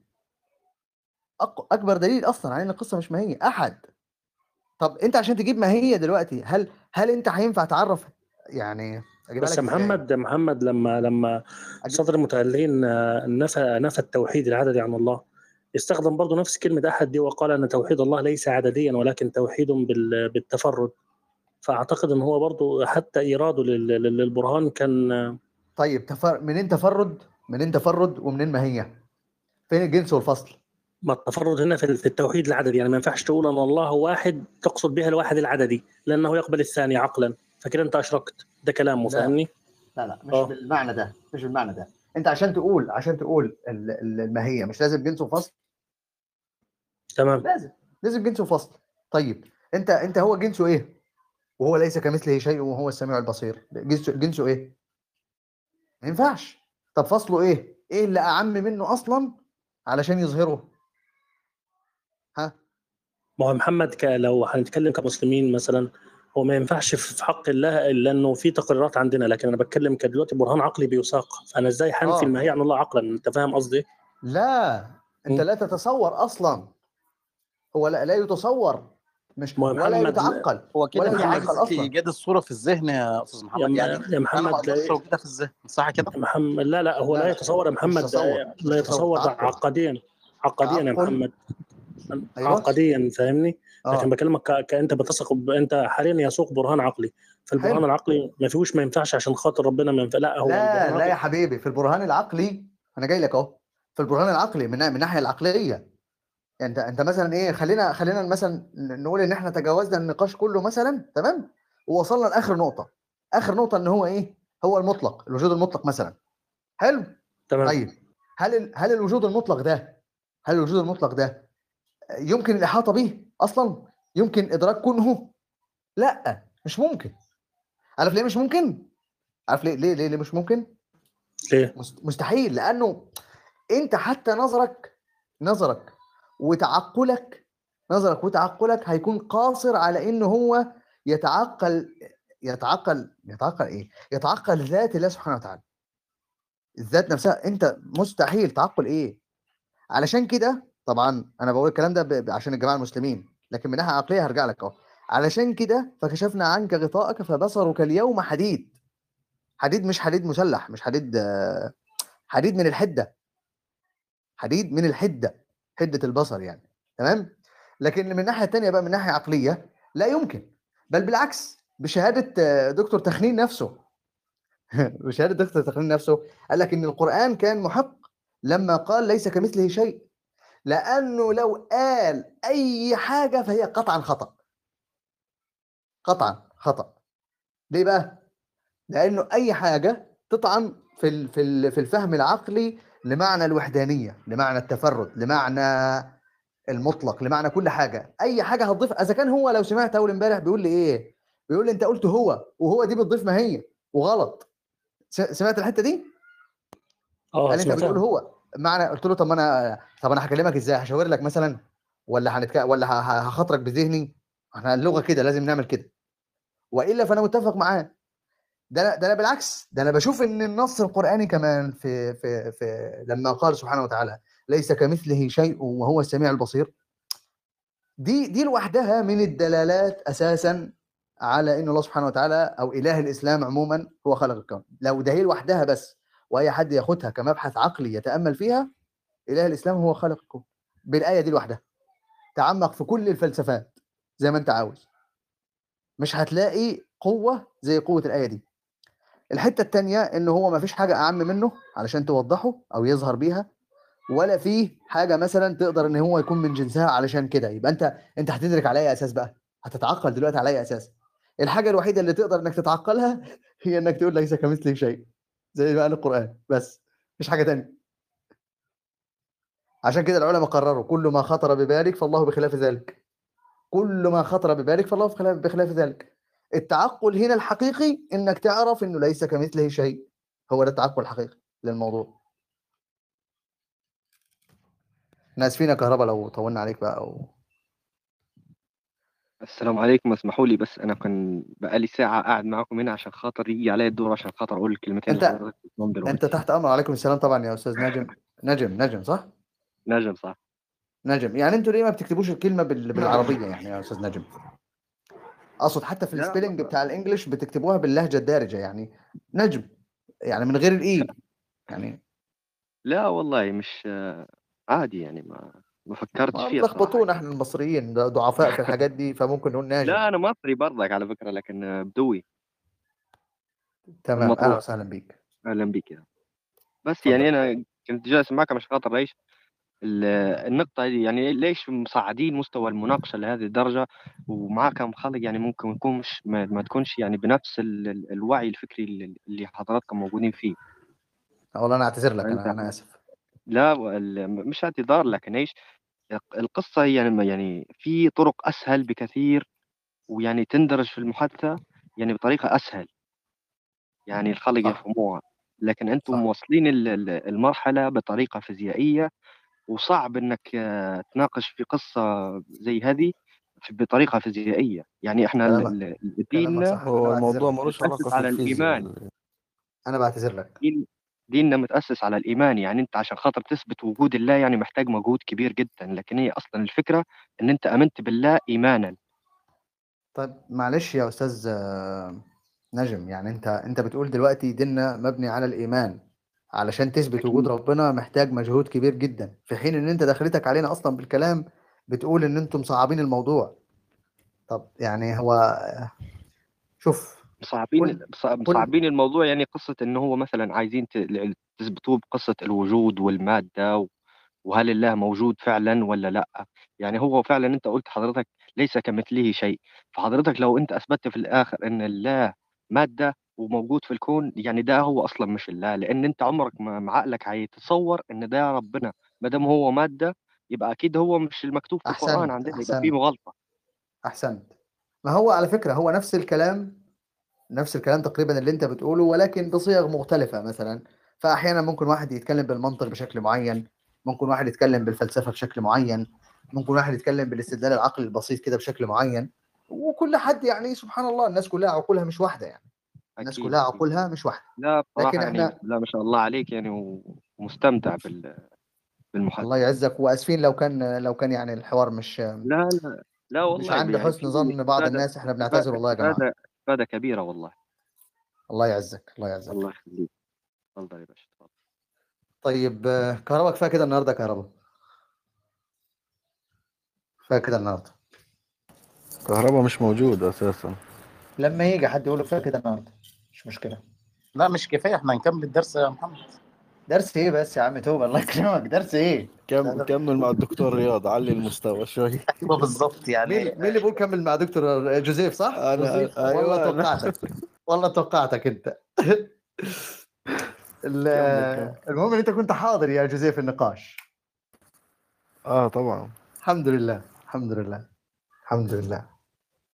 أق... اكبر دليل اصلا على ان القصه مش ماهيه احد. طب انت عشان تجيب ماهيه دلوقتي، هل هل انت هينفع تعرف يعني اجيبها بس لك يا ازاي؟ محمد محمد لما لما أجيب... صدر المتألهين آه، نفى نفى التوحيد العددي عن الله، استخدم برضه نفس كلمة أحد دي، وقال أن توحيد الله ليس عدديا ولكن توحيد بال- بالتفرد. فأعتقد أن هو برضه حتى إيراده لل- لل- للبرهان كان آه، طيب تفر... منين تفرد؟ منين تفرد ومنين ماهيه؟ فين الجنس والفصل؟ ما التفرد هنا في في التوحيد العددي، يعني ما ينفعش تقول أن الله واحد تقصد بها الواحد العددي لأنه يقبل الثاني عقلا، فكده أنت أشركت. ده كلامه، لا فاهمني؟ لا لا مش اه بالمعنى ده، مش بالمعنى ده. انت عشان تقول عشان تقول ال- ال- الماهيه مش لازم جنس وفصل؟ تمام. لازم لازم جنس وفصل. طيب انت انت هو جنسه ايه؟ وهو ليس كمثله شيء وهو السميع البصير، جنسه جنسه ايه؟ ما ينفعش. طب فصله ايه؟ ايه اللي اعم منه اصلا علشان يظهره؟ ها؟ ما هو محمد ك... لو هنتكلم كمسلمين مثلا، هو ما ينفعش في حق الله الا انه في تقريرات عندنا، لكن انا بتكلم كدلوقتي برهان عقلي بيساق، فانا ازاي هنفي اه الماهيه عن الله عقلا؟ انت فاهم قصدي؟ لا، انت م. لا تتصور اصلا، هو لا, لا يتصور، مش ما هو ولا محمد يتعقل هو كده ولا في محمد يتعقل عجز في اصلا. ايجاد الصوره في الذهن يا استاذ يا, محمد، يعني م... يا انا ما محمد اقدرش لا... اوجدها في الذهن، صح كده؟ يا محمد لا لا هو لا لا لا يتصور يا مش محمد، تصور، لا مش تصور، يتصور ده تعقل. عقديا، عقديا يا تعقل، محمد، ايوه. عقديا فاهمني. لكن اه بكلمك ك... كانت بتثق ب... انت حاليا يسوق برهان عقلي، فالبرهان حلو. العقلي ما فيهوش ما ينفعش عشان خاطر ربنا ما ينفع، لا هو البرهان لا لا يا العقلي. حبيبي، في البرهان العقلي انا جاي لك اهو، في البرهان العقلي من من الناحيه العقليه، يعني انت انت مثلا ايه، خلينا خلينا مثلا نقول ان احنا تجاوزنا النقاش كله مثلا، تمام، ووصلنا لاخر نقطه. اخر نقطه ان هو ايه؟ هو المطلق، الوجود المطلق مثلا. حلو. تمام. طيب هل ال- هل الوجود المطلق ده، هل الوجود المطلق ده يمكن الاحاطه به اصلا؟ يمكن ادراك كنه؟ لا مش ممكن. عارف ليه مش ممكن؟ عارف ليه ليه ليه, ليه مش ممكن؟ ليه؟ مست- مستحيل، لانه انت حتى نظرك نظرك وتعقلك نظرك وتعقلك هيكون قاصر على انه هو يتعقل يتعقل يتعقل ايه؟ يتعقل ذات الله سبحانه وتعالى. الذات نفسها انت مستحيل تعقل ايه؟ علشان كده طبعا انا بقول الكلام ده ب... ب- عشان الجماعه المسلمين، لكن من ناحيه عقليه هرجع لك اهو. علشان كده فكشفنا عنك غطاءك فبصرك اليوم حديد. حديد مش حديد مسلح، مش حديد آه، حديد من الحده، حديد من الحده، حده البصر يعني. تمام. لكن من الناحيه الثانيه بقى، من ناحيه عقليه لا يمكن، بل بالعكس، بشهاده آه، دكتور تخنين نفسه بشهاده دكتور تخنين نفسه قال لك ان القران كان محق لما قال ليس كمثله شيء، لانه لو قال اي حاجه فهي قطعا خطا، قطعا خطا. ليه بقى؟ لانه اي حاجه تطعن في ال- في ال- في الفهم العقلي لمعنى الوحدانيه، لمعنى التفرد، لمعنى المطلق، لمعنى كل حاجه. اي حاجه هتضيف، اذا كان هو لو سمعت اول امبارح بيقول لي ايه، بيقول لي انت قلت هو، وهو دي بتضيف ما هي وغلط. س- سمعت الحته دي؟ اه قال لي انت بتقول سمعتها. هو معنى، قلت له طب ما انا طب انا هكلمك ازاي؟ هشاور لك مثلا، ولا هنتك... ولا ه- ه- هخاطرك بذهني؟ احنا اللغه كده لازم نعمل كده، والا فانا متفق معاه. ده أنا- ده انا بالعكس، ده انا بشوف ان النص القراني كمان في في في لما قال سبحانه وتعالى ليس كمثله شيء وهو السميع البصير، دي دي لوحدها من الدلالات اساسا على ان الله سبحانه وتعالى او اله الاسلام عموما هو خلق الكون. لو ده هي لوحدها بس، واي حد ياخدها كمبحث عقلي يتامل فيها، اله الاسلام هو خلق الكون بالايه دي لوحدها. تعمق في كل الفلسفات زي ما انت عاوز، مش هتلاقي قوه زي قوه الايه دي. الحته الثانيه ان هو ما فيش حاجه اعم منه علشان توضحه او يظهر بيها، ولا فيه حاجه مثلا تقدر ان هو يكون من جنسها. علشان كده يبقى انت انت هتدرك على اي اساس بقى؟ هتتعقل دلوقتي على اي اساس؟ الحاجه الوحيده اللي تقدر انك تتعقلها هي انك تقول ليس كمثله شيء زي ما قال القران، بس مفيش حاجه تانية. عشان كده العلماء قرروا كل ما خطر ببالك فالله بخلاف ذلك، كل ما خطر ببالك فالله بخلاف بخلاف ذلك. التعقل هنا الحقيقي انك تعرف انه ليس كمثله شيء، هو ده التعقل الحقيقي للموضوع. احنا اسفين يا كهرباء لو طولنا عليك بقى أو... السلام عليكم، اسمحوا لي بس انا كان بقالي ساعه قاعد معاكم هنا عشان خاطر يجي عليا الدور، عشان خاطر اقول الكلمتين اللي انت حضرتك بتقولهم انت دلوقتي. تحت امر. عليكم السلام طبعا يا استاذ نجم. نجم نجم صح؟ نجم صح. نجم، يعني انتوا ليه ما بتكتبوش الكلمه بال- بالعربيه يعني يا استاذ نجم؟ اقصد حتى في لا السبيلنج بتاع الانجليش بتكتبوها باللهجه الدارجه يعني نجم، يعني من غير الاي يعني. لا والله مش آه، عادي يعني، ما ما فكرتش ما فيها الصراحه بتلخبطونا يعني. احنا المصريين ده ضعفاء في الحاجات دي، فممكن نقول ناجم. لا انا مصري برضك على فكره، لكن آه، بدوي تمام، اهلا المطروح. وسهلا بيك. اهلا بك يعني. بس يعني اتفضل. انا كنت جالس معك عشان خاطر ايش ال- النقطة هذه، يعني ليش مصعدين مستوى المناقشة لهذه الدرجة ومعاك مخلق، يعني ممكن يكون مش ما, ما تكونش يعني بنفس ال- ال- الوعي الفكري اللي اللي حضراتكم موجودين فيه. والله انا اعتذر لك، فأنت انا انا اسف. لا ال- مش اعتذار، لكن ايش القصة هي يعني يعني في طرق أسهل بكثير ويعني تندرج في المحادثة يعني بطريقة أسهل، يعني الخلق صح يفهموها. لكن أنتم صح موصلين ال- ال- المرحلة بطريقة فيزيائية، وصعب إنك آه، تناقش في قصة زي هذه في- بطريقة فيزيائية. يعني إحنا ال- كلامك ال- كلامك ديننا صح. انا هو بعتذر الموضوع لك ملوش علاقة متأسس في على الفيزياء. الإيمان. انا بعتذر لك دين ديننا متأسس على الإيمان. يعني أنت عشان خاطر تثبت وجود الله يعني محتاج مجهود كبير جدا، لكن هي أصلا الفكرة إن أنت آمنت بالله إيمانا. طيب معلش يا استاذ آه، نجم، يعني انت انت بتقول دلوقتي ديننا مبني على الايمان، علشان تثبت وجود أكيد. ربنا محتاج مجهود كبير جدا، في حين ان انت دخلتك علينا اصلا بالكلام بتقول ان انتم صعبين الموضوع. طب يعني هو شوف، مصعبين كل مص- كل مصعبين الموضوع. يعني قصة إن هو مثلا عايزين ت- تثبتوه بقصة الوجود والمادة، و- وهل الله موجود فعلا ولا لا. يعني هو فعلا أنت قلت حضرتك ليس كمثله شيء. فحضرتك لو أنت أثبتت في الآخر إن الله مادة وموجود في الكون، يعني ده هو أصلا مش الله، لأن أنت عمرك ما ما عقلك هيتصور إن ده ربنا. ما دام هو مادة يبقى أكيد هو مش المكتوب في القرآن احسنت عندنا، يبقى فيه احسنت مغالطة. احسنت. ما هو على فكرة هو نفس الكلام، نفس الكلام تقريبا اللي انت بتقوله، ولكن بصيغ مختلفة مثلا. فأحيانا ممكن واحد يتكلم بالمنطق بشكل معين، ممكن واحد يتكلم بالفلسفة بشكل معين، ممكن واحد يتكلم بالاستدلال العقلي البسيط كده بشكل معين. وكل حد يعني سبحان الله الناس كلها عقولها مش واحدة، يعني الناس أكيد كلها أكيد. عقولها مش واحدة. لا لكن بصراحة يعني بسم احنا الله ما شاء الله عليك، يعني و- ومستمتع بال- الله بالمحادثة. يعزك، واسفين لو كان لو كان يعني الحوار مش لا لا لا مش والله، عند يعني حسن في ظن بعض استفادة الناس، احنا استفادة بنعتذر والله يا جماعة. استفادة استفادة كبيرة والله. الله يعزك الله يعزك. الله يخليك. تفضل يا باشا تفضل. طيب آه، كهربا كفايه كده النهارده، كهربا كفايه كده النهارده. كهربا مش موجود أساسا. لما يجي حد يقول له كفايه كده النهارده مش مشكله. لا مش كفايه، احنا هنكمل الدرس يا محمد. درس ايه بس يا عم توبه الله يكرمك، درس ايه؟ لا كم لا كمل مع الدكتور رياض، علي المستوى شوي. ايوه بالظبط يعني. مين مين اللي بيقول كمل مع دكتور جوزيف صح؟ أنا جوزيف والله أيوة أنا. توقعتك، والله توقعتك انت. ال- كمل كمل. المهم ان انت كنت حاضر يا جوزيف النقاش. آه طبعا. الحمد لله الحمد لله الحمد لله.